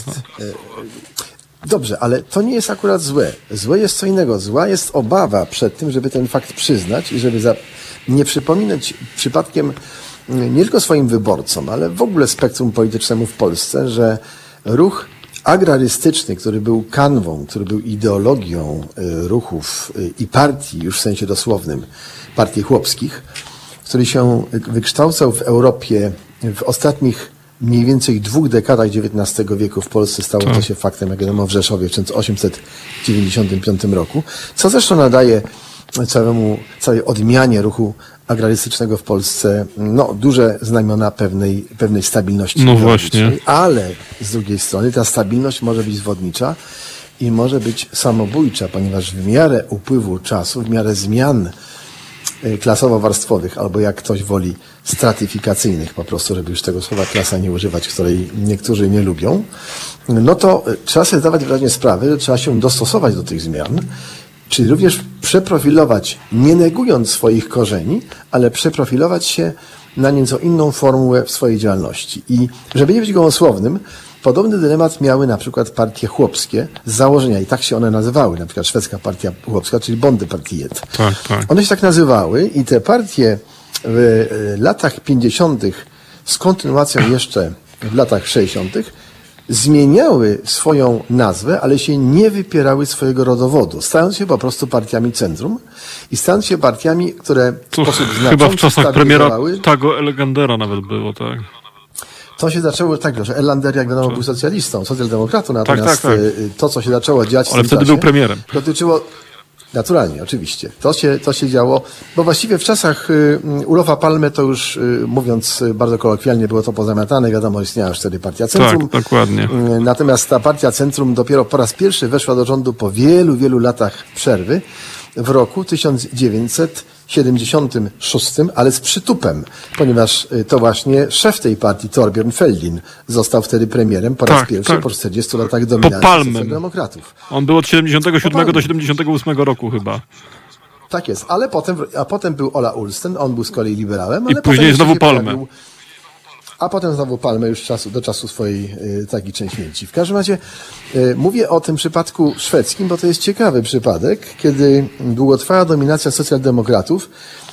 Dobrze, ale to nie jest akurat złe. Złe jest co innego. Zła jest obawa przed tym, żeby ten fakt przyznać i żeby nie przypominać przypadkiem nie tylko swoim wyborcom, ale w ogóle spektrum politycznemu w Polsce, że ruch agrarystyczny, który był kanwą, który był ideologią ruchów i partii, już w sensie dosłownym, partii chłopskich, który się wykształcał w Europie w ostatnich mniej więcej 2 dekadach XIX wieku w Polsce stało to się faktem, jak wiadomo, w Rzeszowie w 1895 roku, co zresztą nadaje całej odmianie ruchu agrarystycznego w Polsce duże znamiona pewnej stabilności. No właśnie. Ale z drugiej strony ta stabilność może być zwodnicza i może być samobójcza, ponieważ w miarę upływu czasu, w miarę zmian klasowo-warstwowych, albo jak ktoś woli stratyfikacyjnych, po prostu, żeby już tego słowa klasa nie używać, której niektórzy nie lubią, to trzeba sobie zdawać wyraźnie sprawę, że trzeba się dostosować do tych zmian, czyli również przeprofilować, nie negując swoich korzeni, ale przeprofilować się na nieco inną formułę w swojej działalności. I żeby nie być gołosłownym, podobny dylemat miały na przykład partie chłopskie z założenia i tak się one nazywały, na przykład szwedzka partia chłopska, czyli Bondepartiet. Tak. One się tak nazywały i te partie w latach 50. z kontynuacją jeszcze w latach 60. zmieniały swoją nazwę, ale się nie wypierały swojego rodowodu, stając się po prostu partiami centrum i stając się partiami, które w sposób znaczący chyba w czasach premiera stabilizowały. Tago Elegandera nawet było, tak? To się zaczęło tak, że Erlander, jak wiadomo, był socjalistą, socjaldemokratą, natomiast tak. to, co się zaczęło dziać w Ale tym wtedy czasie, był premierem. dotyczyło. Naturalnie, oczywiście. To się działo, bo właściwie w czasach Olofa Palme to już, mówiąc bardzo kolokwialnie, było to pozamiatane. Wiadomo, istniała już wtedy partia Centrum. Tak, dokładnie. Natomiast ta partia Centrum dopiero po raz pierwszy weszła do rządu po wielu, wielu latach przerwy w roku 1976, ale z przytupem, ponieważ to właśnie szef tej partii, Thorbjörn Fälldin, został wtedy premierem po raz pierwszy po 40 latach dominacji socjaldemokratów. On był od 77 do 78 roku chyba. Tak jest, a potem był Ola Ullsten, on był z kolei liberałem. I ale później znowu Palme. A potem znowu Palme już do czasu swojej tragicznej śmierci. W każdym razie mówię o tym przypadku szwedzkim, bo to jest ciekawy przypadek, kiedy długotrwała dominacja socjaldemokratów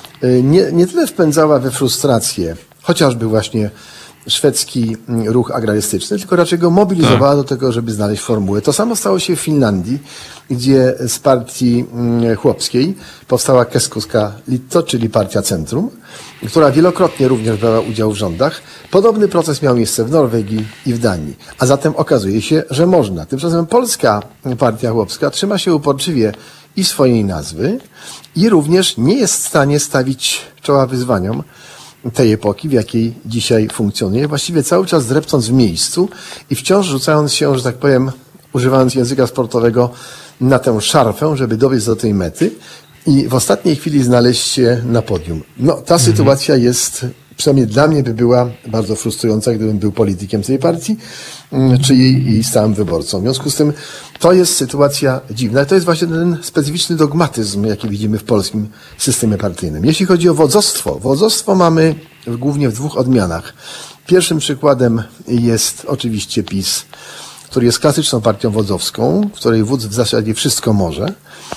nie tyle wpędzała we frustrację, chociażby właśnie szwedzki ruch agrarystyczny, tylko raczej go mobilizowała do tego, żeby znaleźć formułę. To samo stało się w Finlandii, gdzie z partii chłopskiej powstała Keskuska Liitto, czyli partia Centrum, która wielokrotnie również brała udział w rządach. Podobny proces miał miejsce w Norwegii i w Danii. A zatem okazuje się, że można. Tymczasem polska partia chłopska trzyma się uporczywie i swojej nazwy i również nie jest w stanie stawić czoła wyzwaniom tej epoki, w jakiej dzisiaj funkcjonuje, właściwie cały czas drepcząc w miejscu i wciąż rzucając się, że tak powiem, używając języka sportowego, na tę szarfę, żeby dobiec do tej mety i w ostatniej chwili znaleźć się na podium. No, ta sytuacja jest, przynajmniej dla mnie by była bardzo frustrująca, gdybym był politykiem tej partii, czy jej stałym wyborcą. W związku z tym to jest sytuacja dziwna. To jest właśnie ten specyficzny dogmatyzm, jaki widzimy w polskim systemie partyjnym. Jeśli chodzi o wodzostwo mamy głównie w dwóch odmianach. Pierwszym przykładem jest oczywiście PiS, który jest klasyczną partią wodzowską, w której wódz w zasadzie wszystko może,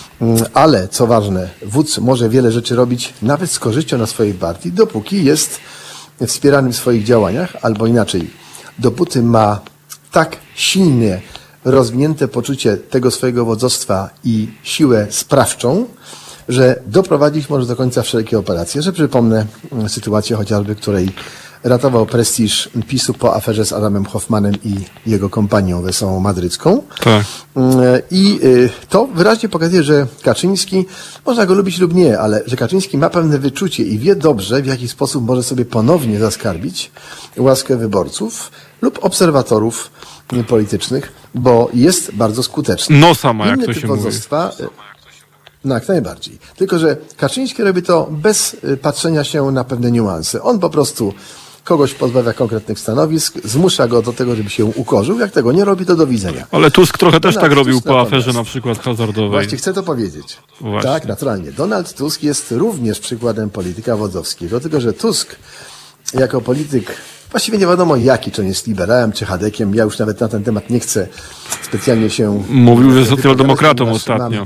ale co ważne, wódz może wiele rzeczy robić nawet z korzyścią dla swojej partii, dopóki jest wspierany w swoich działaniach, albo inaczej, dopóty ma tak silnie rozwinięte poczucie tego swojego wodzostwa i siłę sprawczą, że doprowadzić może do końca wszelkie operacje. Że przypomnę sytuację chociażby, której ratował prestiż PiS-u po aferze z Adamem Hoffmanem i jego kompanią wesołą madrycką. Tak. I to wyraźnie pokazuje, że Kaczyński, można go lubić lub nie, ale że Kaczyński ma pewne wyczucie i wie dobrze, w jaki sposób może sobie ponownie zaskarbić łaskę wyborców lub obserwatorów politycznych, bo jest bardzo skuteczny. No sama, jak Inny to typ się mówi. wodzostwa, no jak najbardziej. Tylko że Kaczyński robi to bez patrzenia się na pewne niuanse. On po prostu kogoś pozbawia konkretnych stanowisk, zmusza go do tego, żeby się ukorzył. Jak tego nie robi, to do widzenia. Ale Tusk trochę też tak robił Tusk po natomiast, aferze na przykład hazardowej. Właśnie chcę to powiedzieć. Właśnie. Tak, naturalnie. Donald Tusk jest również przykładem polityka wodzowskiego, tylko że Tusk jako polityk, właściwie nie wiadomo jaki, czy on jest liberałem, czy chadekiem. Ja już nawet na ten temat nie chcę specjalnie się... Mówił, że socjaldemokratą ostatnio.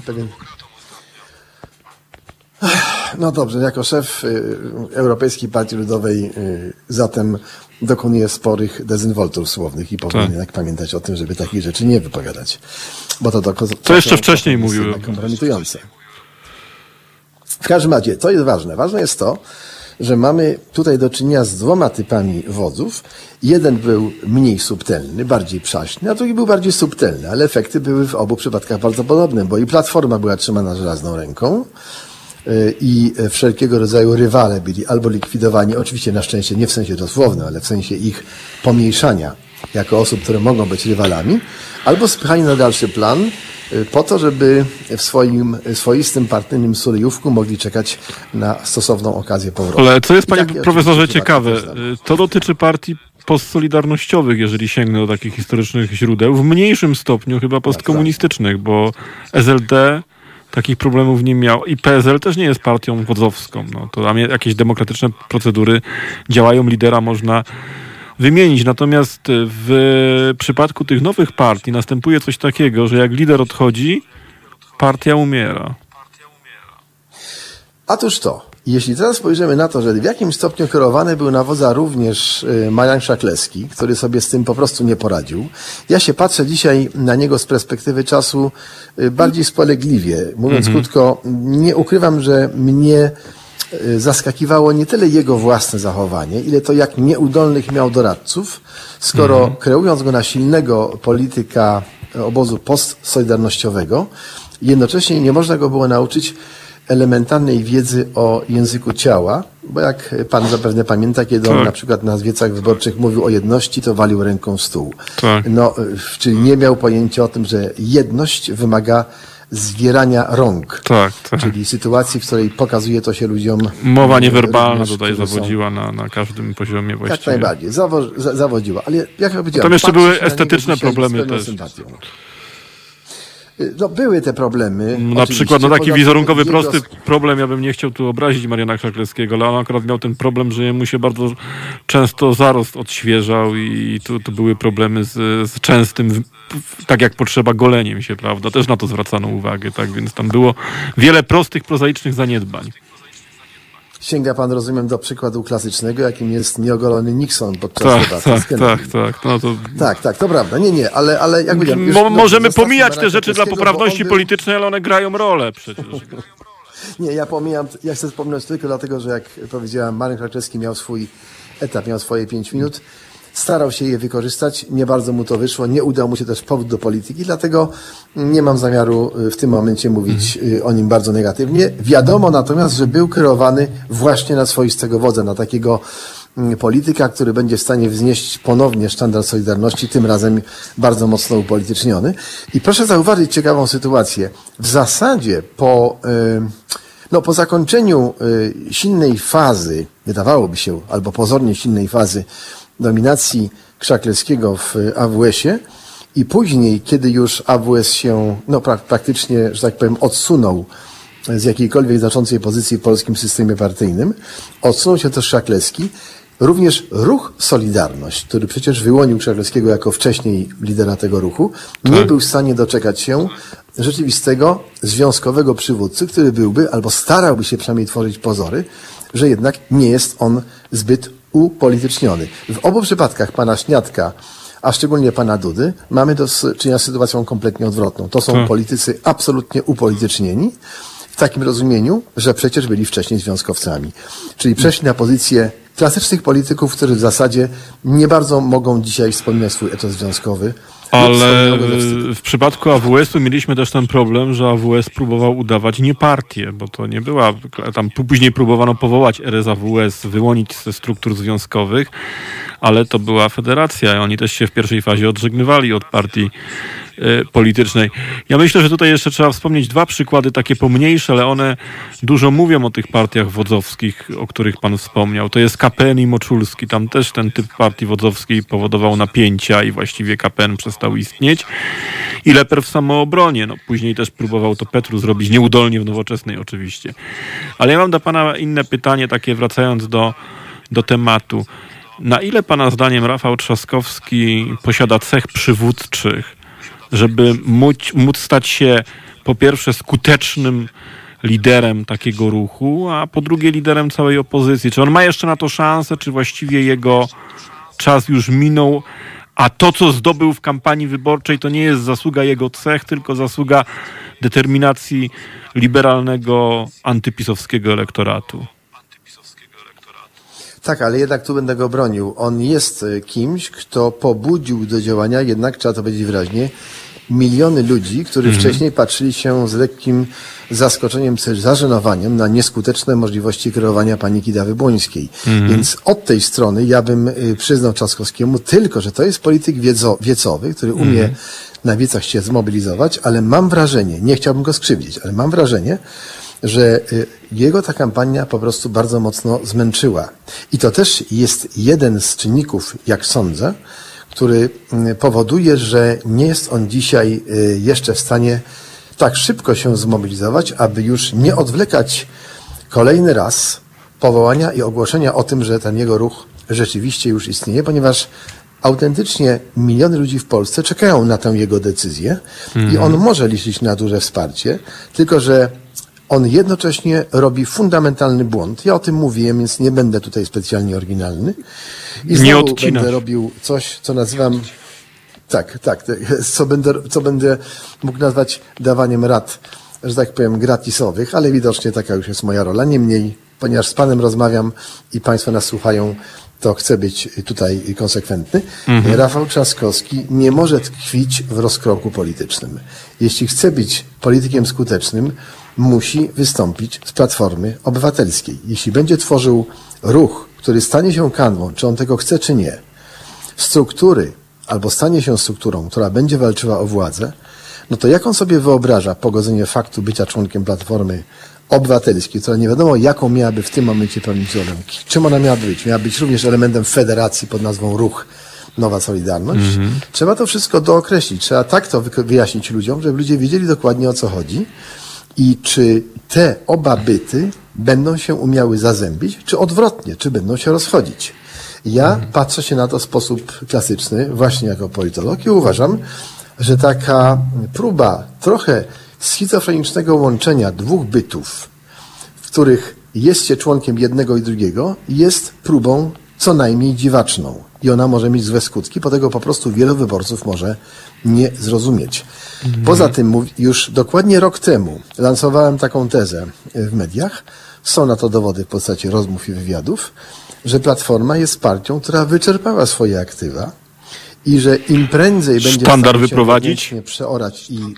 No dobrze, jako szef Europejskiej Partii Ludowej zatem dokonuje sporych dezynwoltur słownych i powinien jednak pamiętać o tym, żeby takich rzeczy nie wypowiadać. Bo to jeszcze wcześniej mówił. Kompromitujące. W każdym razie, to jest ważne. Ważne jest to, że mamy tutaj do czynienia z dwoma typami wodzów. Jeden był mniej subtelny, bardziej przaśny, a drugi był bardziej subtelny, ale efekty były w obu przypadkach bardzo podobne, bo i Platforma była trzymana żelazną ręką, i wszelkiego rodzaju rywale byli albo likwidowani, oczywiście na szczęście nie w sensie dosłownym, ale w sensie ich pomniejszania jako osób, które mogą być rywalami, albo spychani na dalszy plan po to, żeby w swoim swoistym partyjnym sulejówku mogli czekać na stosowną okazję powrotu. Ale co jest, panie profesorze, ciekawe, to dotyczy partii postsolidarnościowych, jeżeli sięgnę do takich historycznych źródeł, w mniejszym stopniu chyba postkomunistycznych, bo SLD takich problemów nie miał. I PSL też nie jest partią wodzowską. No, to tam jakieś demokratyczne procedury działają, lidera można wymienić. Natomiast w przypadku tych nowych partii następuje coś takiego, że jak lider odchodzi, partia umiera. Otóż to, jeśli teraz spojrzymy na to, że w jakim stopniu kierowany był na wodza również Marian Krzaklewski, który sobie z tym po prostu nie poradził, ja się patrzę dzisiaj na niego z perspektywy czasu bardziej spolegliwie. Mówiąc krótko, nie ukrywam, że mnie zaskakiwało nie tyle jego własne zachowanie, ile to, jak nieudolnych miał doradców, skoro kreując go na silnego polityka obozu postsolidarnościowego, jednocześnie nie można go było nauczyć elementarnej wiedzy o języku ciała, bo jak pan zapewne pamięta, kiedy on na przykład na wiecach wyborczych mówił o jedności, to walił ręką w stół. Tak. No, czyli nie miał pojęcia o tym, że jedność wymaga zwierania rąk. Tak. Czyli sytuacji, w której pokazuje to się ludziom... Mowa niewerbalna tutaj zawodziła na każdym poziomie właściwie. Jak najbardziej. Zawodziła. Ale jak powiedziałem... Tam jeszcze były estetyczne problemy też. No, były te problemy. Na przykład taki wizerunkowy, prosty problem, ja bym nie chciał tu obrazić Mariana Krzaklewskiego, ale on akurat miał ten problem, że mu się bardzo często zarost odświeżał i tu były problemy z częstym, tak jak potrzeba, goleniem się, prawda? Też na to zwracano uwagę, tak? Więc tam było wiele prostych, prozaicznych zaniedbań. Sięga pan, rozumiem, do przykładu klasycznego, jakim jest nieogolony Nixon podczas debaty. Tak, to prawda. Nie, ale jak powiedziałem... Możemy pomijać te rzeczy dla poprawności politycznej, ale one grają rolę przecież. Nie, ja pomijam, ja chcę wspomnieć tylko dlatego, że jak powiedziałem, Marian Krzaklewski miał swój etap, miał swoje 5 minut. Starał się je wykorzystać, nie bardzo mu to wyszło, nie udał mu się też powrót do polityki, dlatego nie mam zamiaru w tym momencie mówić o nim bardzo negatywnie. Wiadomo natomiast, że był kierowany właśnie na swoistego wodza, na takiego polityka, który będzie w stanie wznieść ponownie sztandar Solidarności, tym razem bardzo mocno upolityczniony. I proszę zauważyć ciekawą sytuację. W zasadzie po zakończeniu silnej fazy, wydawałoby się, albo pozornie silnej fazy dominacji Krzaklewskiego w AWS-ie i później, kiedy już AWS się praktycznie, że tak powiem, odsunął z jakiejkolwiek znaczącej pozycji w polskim systemie partyjnym, odsunął się też Krzaklewski, również ruch Solidarność, który przecież wyłonił Krzaklewskiego jako wcześniej lidera tego ruchu, nie był w stanie doczekać się rzeczywistego związkowego przywódcy, który byłby, albo starałby się przynajmniej tworzyć pozory, że jednak nie jest on zbyt upolityczniony. W obu przypadkach pana Śniadka, a szczególnie pana Dudy, mamy do czynienia z sytuacją kompletnie odwrotną. To są politycy absolutnie upolitycznieni, w takim rozumieniu, że przecież byli wcześniej związkowcami. Czyli przeszli na pozycję klasycznych polityków, którzy w zasadzie nie bardzo mogą dzisiaj wspominać swój etos związkowy. Ale w przypadku AWS-u mieliśmy też ten problem, że AWS próbował udawać nie partię, bo to nie była, tam później próbowano powołać RSAWS, wyłonić ze struktur związkowych, ale to była federacja i oni też się w pierwszej fazie odżegnywali od partii politycznej. Ja myślę, że tutaj jeszcze trzeba wspomnieć 2 przykłady takie pomniejsze, ale one dużo mówią o tych partiach wodzowskich, o których pan wspomniał. To jest KPN i Moczulski. Tam też ten typ partii wodzowskiej powodował napięcia i właściwie KPN przestał istnieć. I Leper w Samoobronie. Później też próbował to Petru zrobić, nieudolnie w Nowoczesnej oczywiście. Ale ja mam do pana inne pytanie, takie wracając do tematu. Na ile pana zdaniem Rafał Trzaskowski posiada cech przywódczych, żeby móc stać się po pierwsze skutecznym liderem takiego ruchu, a po drugie liderem całej opozycji? Czy on ma jeszcze na to szansę, czy właściwie jego czas już minął, a to, co zdobył w kampanii wyborczej, to nie jest zasługa jego cech, tylko zasługa determinacji liberalnego, antypisowskiego elektoratu? Tak, ale jednak tu będę go bronił. On jest kimś, kto pobudził do działania, jednak trzeba to powiedzieć wyraźnie, miliony ludzi, którzy wcześniej patrzyli się z lekkim zaskoczeniem czy zażenowaniem na nieskuteczne możliwości kreowania pani Kidawy-Błońskiej. Więc od tej strony ja bym przyznał Trzaskowskiemu tylko, że to jest polityk wiecowy, który umie na wiecach się zmobilizować, ale mam wrażenie, nie chciałbym go skrzywdzić, ale mam wrażenie, że jego ta kampania po prostu bardzo mocno zmęczyła. I to też jest jeden z czynników, jak sądzę, który powoduje, że nie jest on dzisiaj jeszcze w stanie tak szybko się zmobilizować, aby już nie odwlekać kolejny raz powołania i ogłoszenia o tym, że ten jego ruch rzeczywiście już istnieje, ponieważ autentycznie miliony ludzi w Polsce czekają na tę jego decyzję i on może liczyć na duże wsparcie, tylko że on jednocześnie robi fundamentalny błąd. Ja o tym mówiłem, więc nie będę tutaj specjalnie oryginalny. I znowu będę robił coś, co nazywam... Tak, co będę mógł nazwać dawaniem rad, że tak powiem, gratisowych, ale widocznie taka już jest moja rola. Niemniej, ponieważ z Panem rozmawiam i Państwo nas słuchają, to chcę być tutaj konsekwentny. Rafał Trzaskowski nie może tkwić w rozkroku politycznym. Jeśli chce być politykiem skutecznym, musi wystąpić z Platformy Obywatelskiej. Jeśli będzie tworzył ruch, który stanie się kanwą, czy on tego chce, czy nie, struktury, albo stanie się strukturą, która będzie walczyła o władzę, no to jak on sobie wyobraża pogodzenie faktu bycia członkiem Platformy Obywatelskiej, która nie wiadomo jaką miałaby w tym momencie pełnić rolę. Czym ona miała być? Miała być również elementem federacji pod nazwą Ruch Nowa Solidarność. Trzeba to wszystko dookreślić. Trzeba tak to wyjaśnić ludziom, żeby ludzie wiedzieli dokładnie o co chodzi i czy te oba byty będą się umiały zazębić, czy odwrotnie, czy będą się rozchodzić. Ja patrzę się na to w sposób klasyczny, właśnie jako politolog i uważam, że taka próba trochę schizofrenicznego łączenia dwóch bytów, w których jest się członkiem jednego i drugiego, jest próbą co najmniej dziwaczną. I ona może mieć złe skutki, bo tego po prostu wielu wyborców może nie zrozumieć. Poza tym już dokładnie rok temu lansowałem taką tezę w mediach, są na to dowody w postaci rozmów i wywiadów, że Platforma jest partią, która wyczerpała swoje aktywa i że im prędzej będzie sztandar wyprowadzić, przeorać i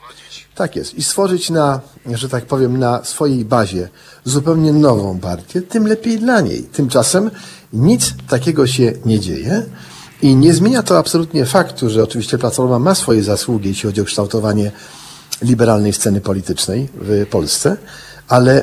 tak jest, i stworzyć na, że tak powiem, na swojej bazie zupełnie nową partię, tym lepiej dla niej. Tymczasem nic takiego się nie dzieje i nie zmienia to absolutnie faktu, że oczywiście Platforma ma swoje zasługi, jeśli chodzi o kształtowanie liberalnej sceny politycznej w Polsce, ale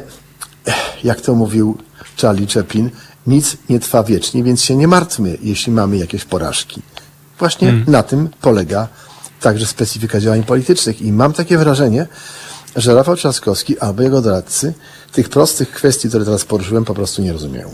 jak to mówił Charlie Chaplin, nic nie trwa wiecznie, więc się nie martwmy, jeśli mamy jakieś porażki. Właśnie na tym polega także specyfika działań politycznych i mam takie wrażenie, że Rafał Trzaskowski albo jego doradcy tych prostych kwestii, które teraz poruszyłem, po prostu nie rozumieją.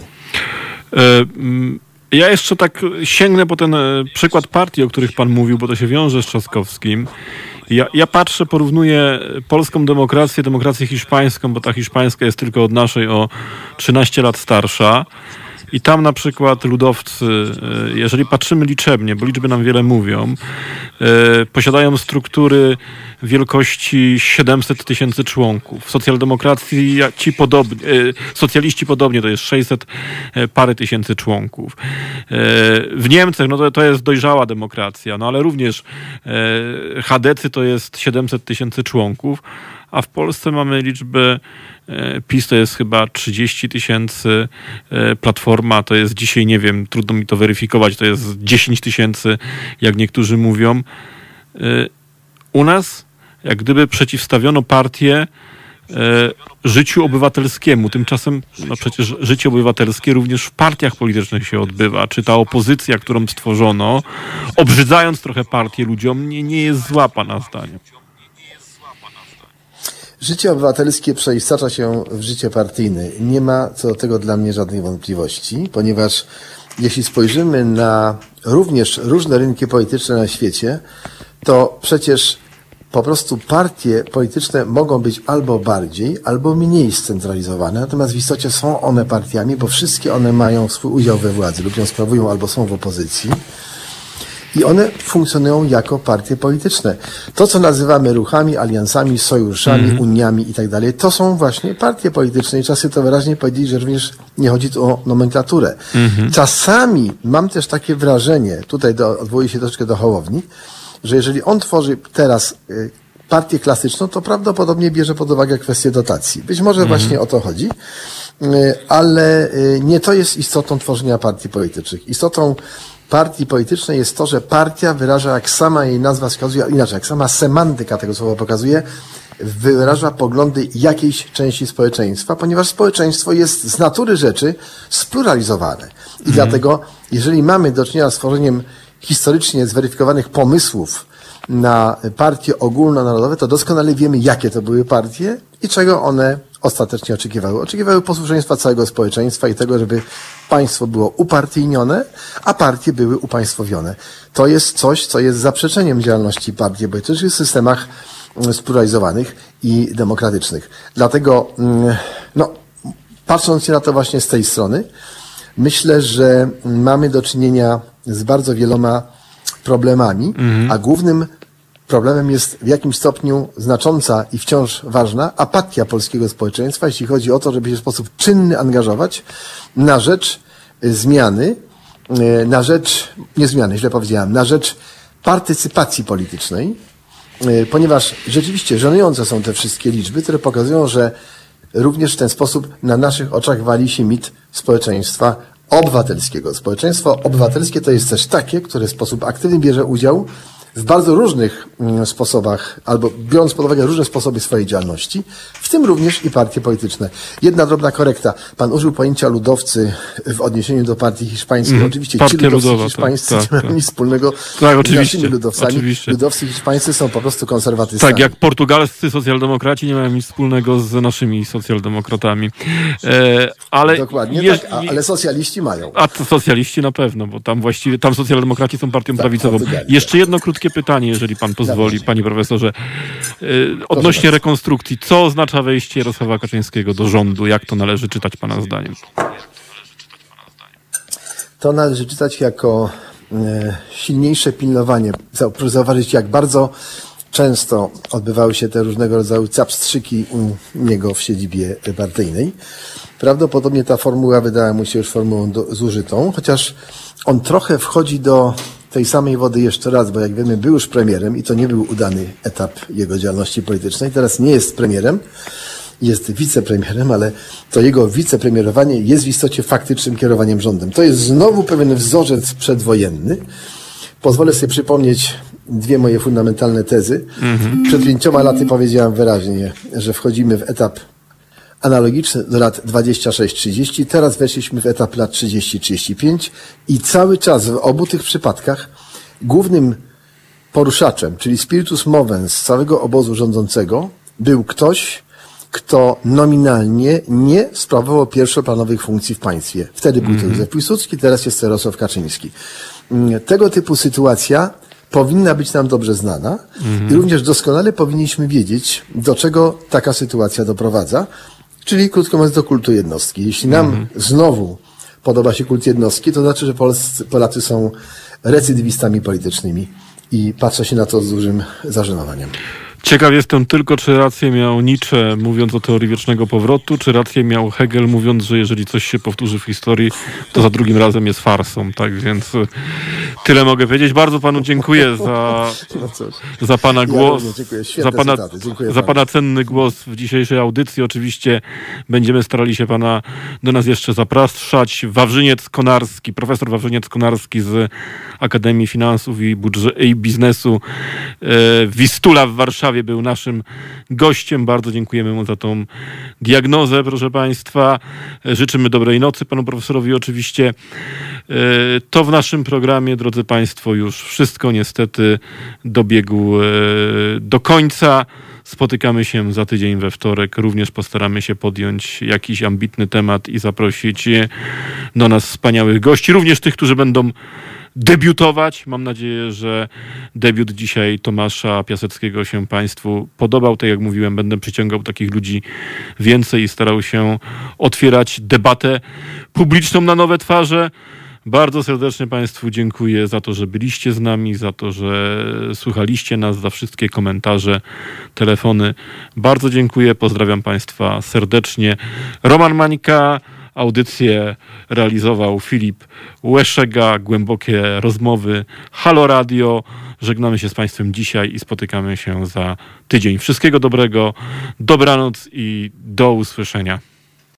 Ja jeszcze tak sięgnę po ten przykład partii, o których pan mówił, bo to się wiąże z Trzaskowskim. Ja patrzę, porównuję polską demokrację hiszpańską, bo ta hiszpańska jest tylko od naszej o 13 lat starsza. I tam na przykład ludowcy, jeżeli patrzymy liczebnie, bo liczby nam wiele mówią, posiadają struktury wielkości 700 000 członków. Socjaliści podobnie, to jest 600 parę tysięcy członków. W Niemczech, no to jest dojrzała demokracja, no ale również chadecy to jest 700 000 członków, a w Polsce mamy liczbę PiS to jest chyba 30 000, Platforma to jest dzisiaj, nie wiem, trudno mi to weryfikować, to jest 10 000, jak niektórzy mówią. U nas jak gdyby przeciwstawiono partię życiu obywatelskiemu. Tymczasem no przecież życie obywatelskie również w partiach politycznych się odbywa. Czy ta opozycja, którą stworzono, obrzydzając trochę partię ludziom, nie jest zła, pana zdaniem? Życie obywatelskie przeistacza się w życie partyjne. Nie ma co do tego dla mnie żadnej wątpliwości, ponieważ jeśli spojrzymy na również różne rynki polityczne na świecie, to przecież po prostu partie polityczne mogą być albo bardziej, albo mniej scentralizowane, natomiast w istocie są one partiami, bo wszystkie one mają swój udział we władzy lub ją sprawują albo są w opozycji. I one funkcjonują jako partie polityczne. To, co nazywamy ruchami, aliansami, sojuszami, uniami i tak dalej, to są właśnie partie polityczne i trzeba sobie to wyraźnie powiedzieć, że również nie chodzi tu o nomenklaturę. Czasami mam też takie wrażenie, tutaj odwołuję się troszeczkę do Hołowni, że jeżeli on tworzy teraz partię klasyczną, to prawdopodobnie bierze pod uwagę kwestię dotacji. Być może właśnie o to chodzi, ale nie to jest istotą tworzenia partii politycznych. Istotą partii politycznej jest to, że partia wyraża, jak sama jej nazwa wskazuje, inaczej, jak sama semantyka tego słowa pokazuje, wyraża poglądy jakiejś części społeczeństwa, ponieważ społeczeństwo jest z natury rzeczy spluralizowane. I dlatego, jeżeli mamy do czynienia z tworzeniem historycznie zweryfikowanych pomysłów na partie ogólnonarodowe, to doskonale wiemy, jakie to były partie i czego one ostatecznie oczekiwały. Oczekiwały posłuszeństwa całego społeczeństwa i tego, żeby państwo było upartyjnione, a partie były upaństwowione. To jest coś, co jest zaprzeczeniem działalności partii politycznych w systemach spluralizowanych i demokratycznych. Dlatego, patrząc się na to właśnie z tej strony, myślę, że mamy do czynienia z bardzo wieloma problemami, a głównym problemem jest w jakimś stopniu znacząca i wciąż ważna apatia polskiego społeczeństwa, jeśli chodzi o to, żeby się w sposób czynny angażować na rzecz zmiany, na rzecz partycypacji politycznej, ponieważ rzeczywiście żenujące są te wszystkie liczby, które pokazują, że również w ten sposób na naszych oczach wali się mit społeczeństwa obywatelskiego. Społeczeństwo obywatelskie to jest też takie, które w sposób aktywny bierze udział w bardzo różnych sposobach, albo biorąc pod uwagę różne sposoby swojej działalności, w tym również i partie polityczne. Jedna drobna korekta. Pan użył pojęcia ludowcy w odniesieniu do partii hiszpańskiej. Oczywiście ci ludowcy hiszpańscy nie mają nic wspólnego z naszymi ludowcami. Oczywiście. Ludowcy hiszpańscy są po prostu konserwatystami. Tak, jak portugalscy socjaldemokraci nie mają nic wspólnego z naszymi socjaldemokratami. Ale dokładnie tak, ale socjaliści mają. A to socjaliści na pewno, bo tam socjaldemokraci są partią prawicową. Jeszcze jedno krótkie pytanie, jeżeli pan pozwoli, panie profesorze. Odnośnie rekonstrukcji, co oznacza wejście Jarosława Kaczyńskiego do rządu? Jak to należy czytać pana zdaniem? To należy czytać jako silniejsze pilnowanie. Proszę zauważyć, jak bardzo często odbywały się te różnego rodzaju capstrzyki u niego w siedzibie partyjnej. Prawdopodobnie ta formuła wydała mu się już formułą zużytą, chociaż on trochę wchodzi do tej samej wody jeszcze raz, bo jak wiemy, był już premierem i to nie był udany etap jego działalności politycznej. Teraz nie jest premierem, jest wicepremierem, ale to jego wicepremierowanie jest w istocie faktycznym kierowaniem rządem. To jest znowu pewien wzorzec przedwojenny. Pozwolę sobie przypomnieć dwie moje fundamentalne tezy. Przed 5 laty powiedziałem wyraźnie, że wchodzimy w etap analogiczny do lat 26-30. Teraz weszliśmy w etap lat 30-35 i cały czas w obu tych przypadkach głównym poruszaczem, czyli spiritus movens całego obozu rządzącego był ktoś, kto nominalnie nie sprawował pierwszoplanowych funkcji w państwie. Wtedy był to Józef Piłsudski, teraz jest Jarosław Kaczyński. Tego typu sytuacja powinna być nam dobrze znana i również doskonale powinniśmy wiedzieć, do czego taka sytuacja doprowadza, czyli krótko mówiąc do kultu jednostki. Jeśli nam znowu podoba się kult jednostki, to znaczy, że Polacy są recydywistami politycznymi i patrzę się na to z dużym zażenowaniem. Ciekaw jestem tylko, czy rację miał Nietzsche, mówiąc o teorii wiecznego powrotu, czy rację miał Hegel, mówiąc, że jeżeli coś się powtórzy w historii, to za drugim razem jest farsą. Tak więc tyle mogę powiedzieć. Bardzo panu dziękuję za pana głos, za pana cenny głos w dzisiejszej audycji. Oczywiście będziemy starali się pana do nas jeszcze zapraszać. Profesor Wawrzyniec-Konarski z Akademii Finansów i Biznesu Wistula w Warszawie był naszym gościem. Bardzo dziękujemy mu za tą diagnozę, proszę państwa. Życzymy dobrej nocy panu profesorowi oczywiście. To w naszym programie, drodzy państwo, już wszystko niestety dobiegł do końca. Spotykamy się za tydzień we wtorek. Również postaramy się podjąć jakiś ambitny temat i zaprosić do nas wspaniałych gości. Również tych, którzy będą debiutować. Mam nadzieję, że debiut dzisiaj Tomasza Piaseckiego się państwu podobał. Tak jak mówiłem, będę przyciągał takich ludzi więcej i starał się otwierać debatę publiczną na nowe twarze. Bardzo serdecznie państwu dziękuję za to, że byliście z nami, za to, że słuchaliście nas, za wszystkie komentarze, telefony. Bardzo dziękuję, pozdrawiam państwa serdecznie. Roman Mańka, audycję realizował Filip Łeszega, Głębokie Rozmowy, Halo Radio. Żegnamy się z państwem dzisiaj i spotykamy się za tydzień. Wszystkiego dobrego, dobranoc i do usłyszenia.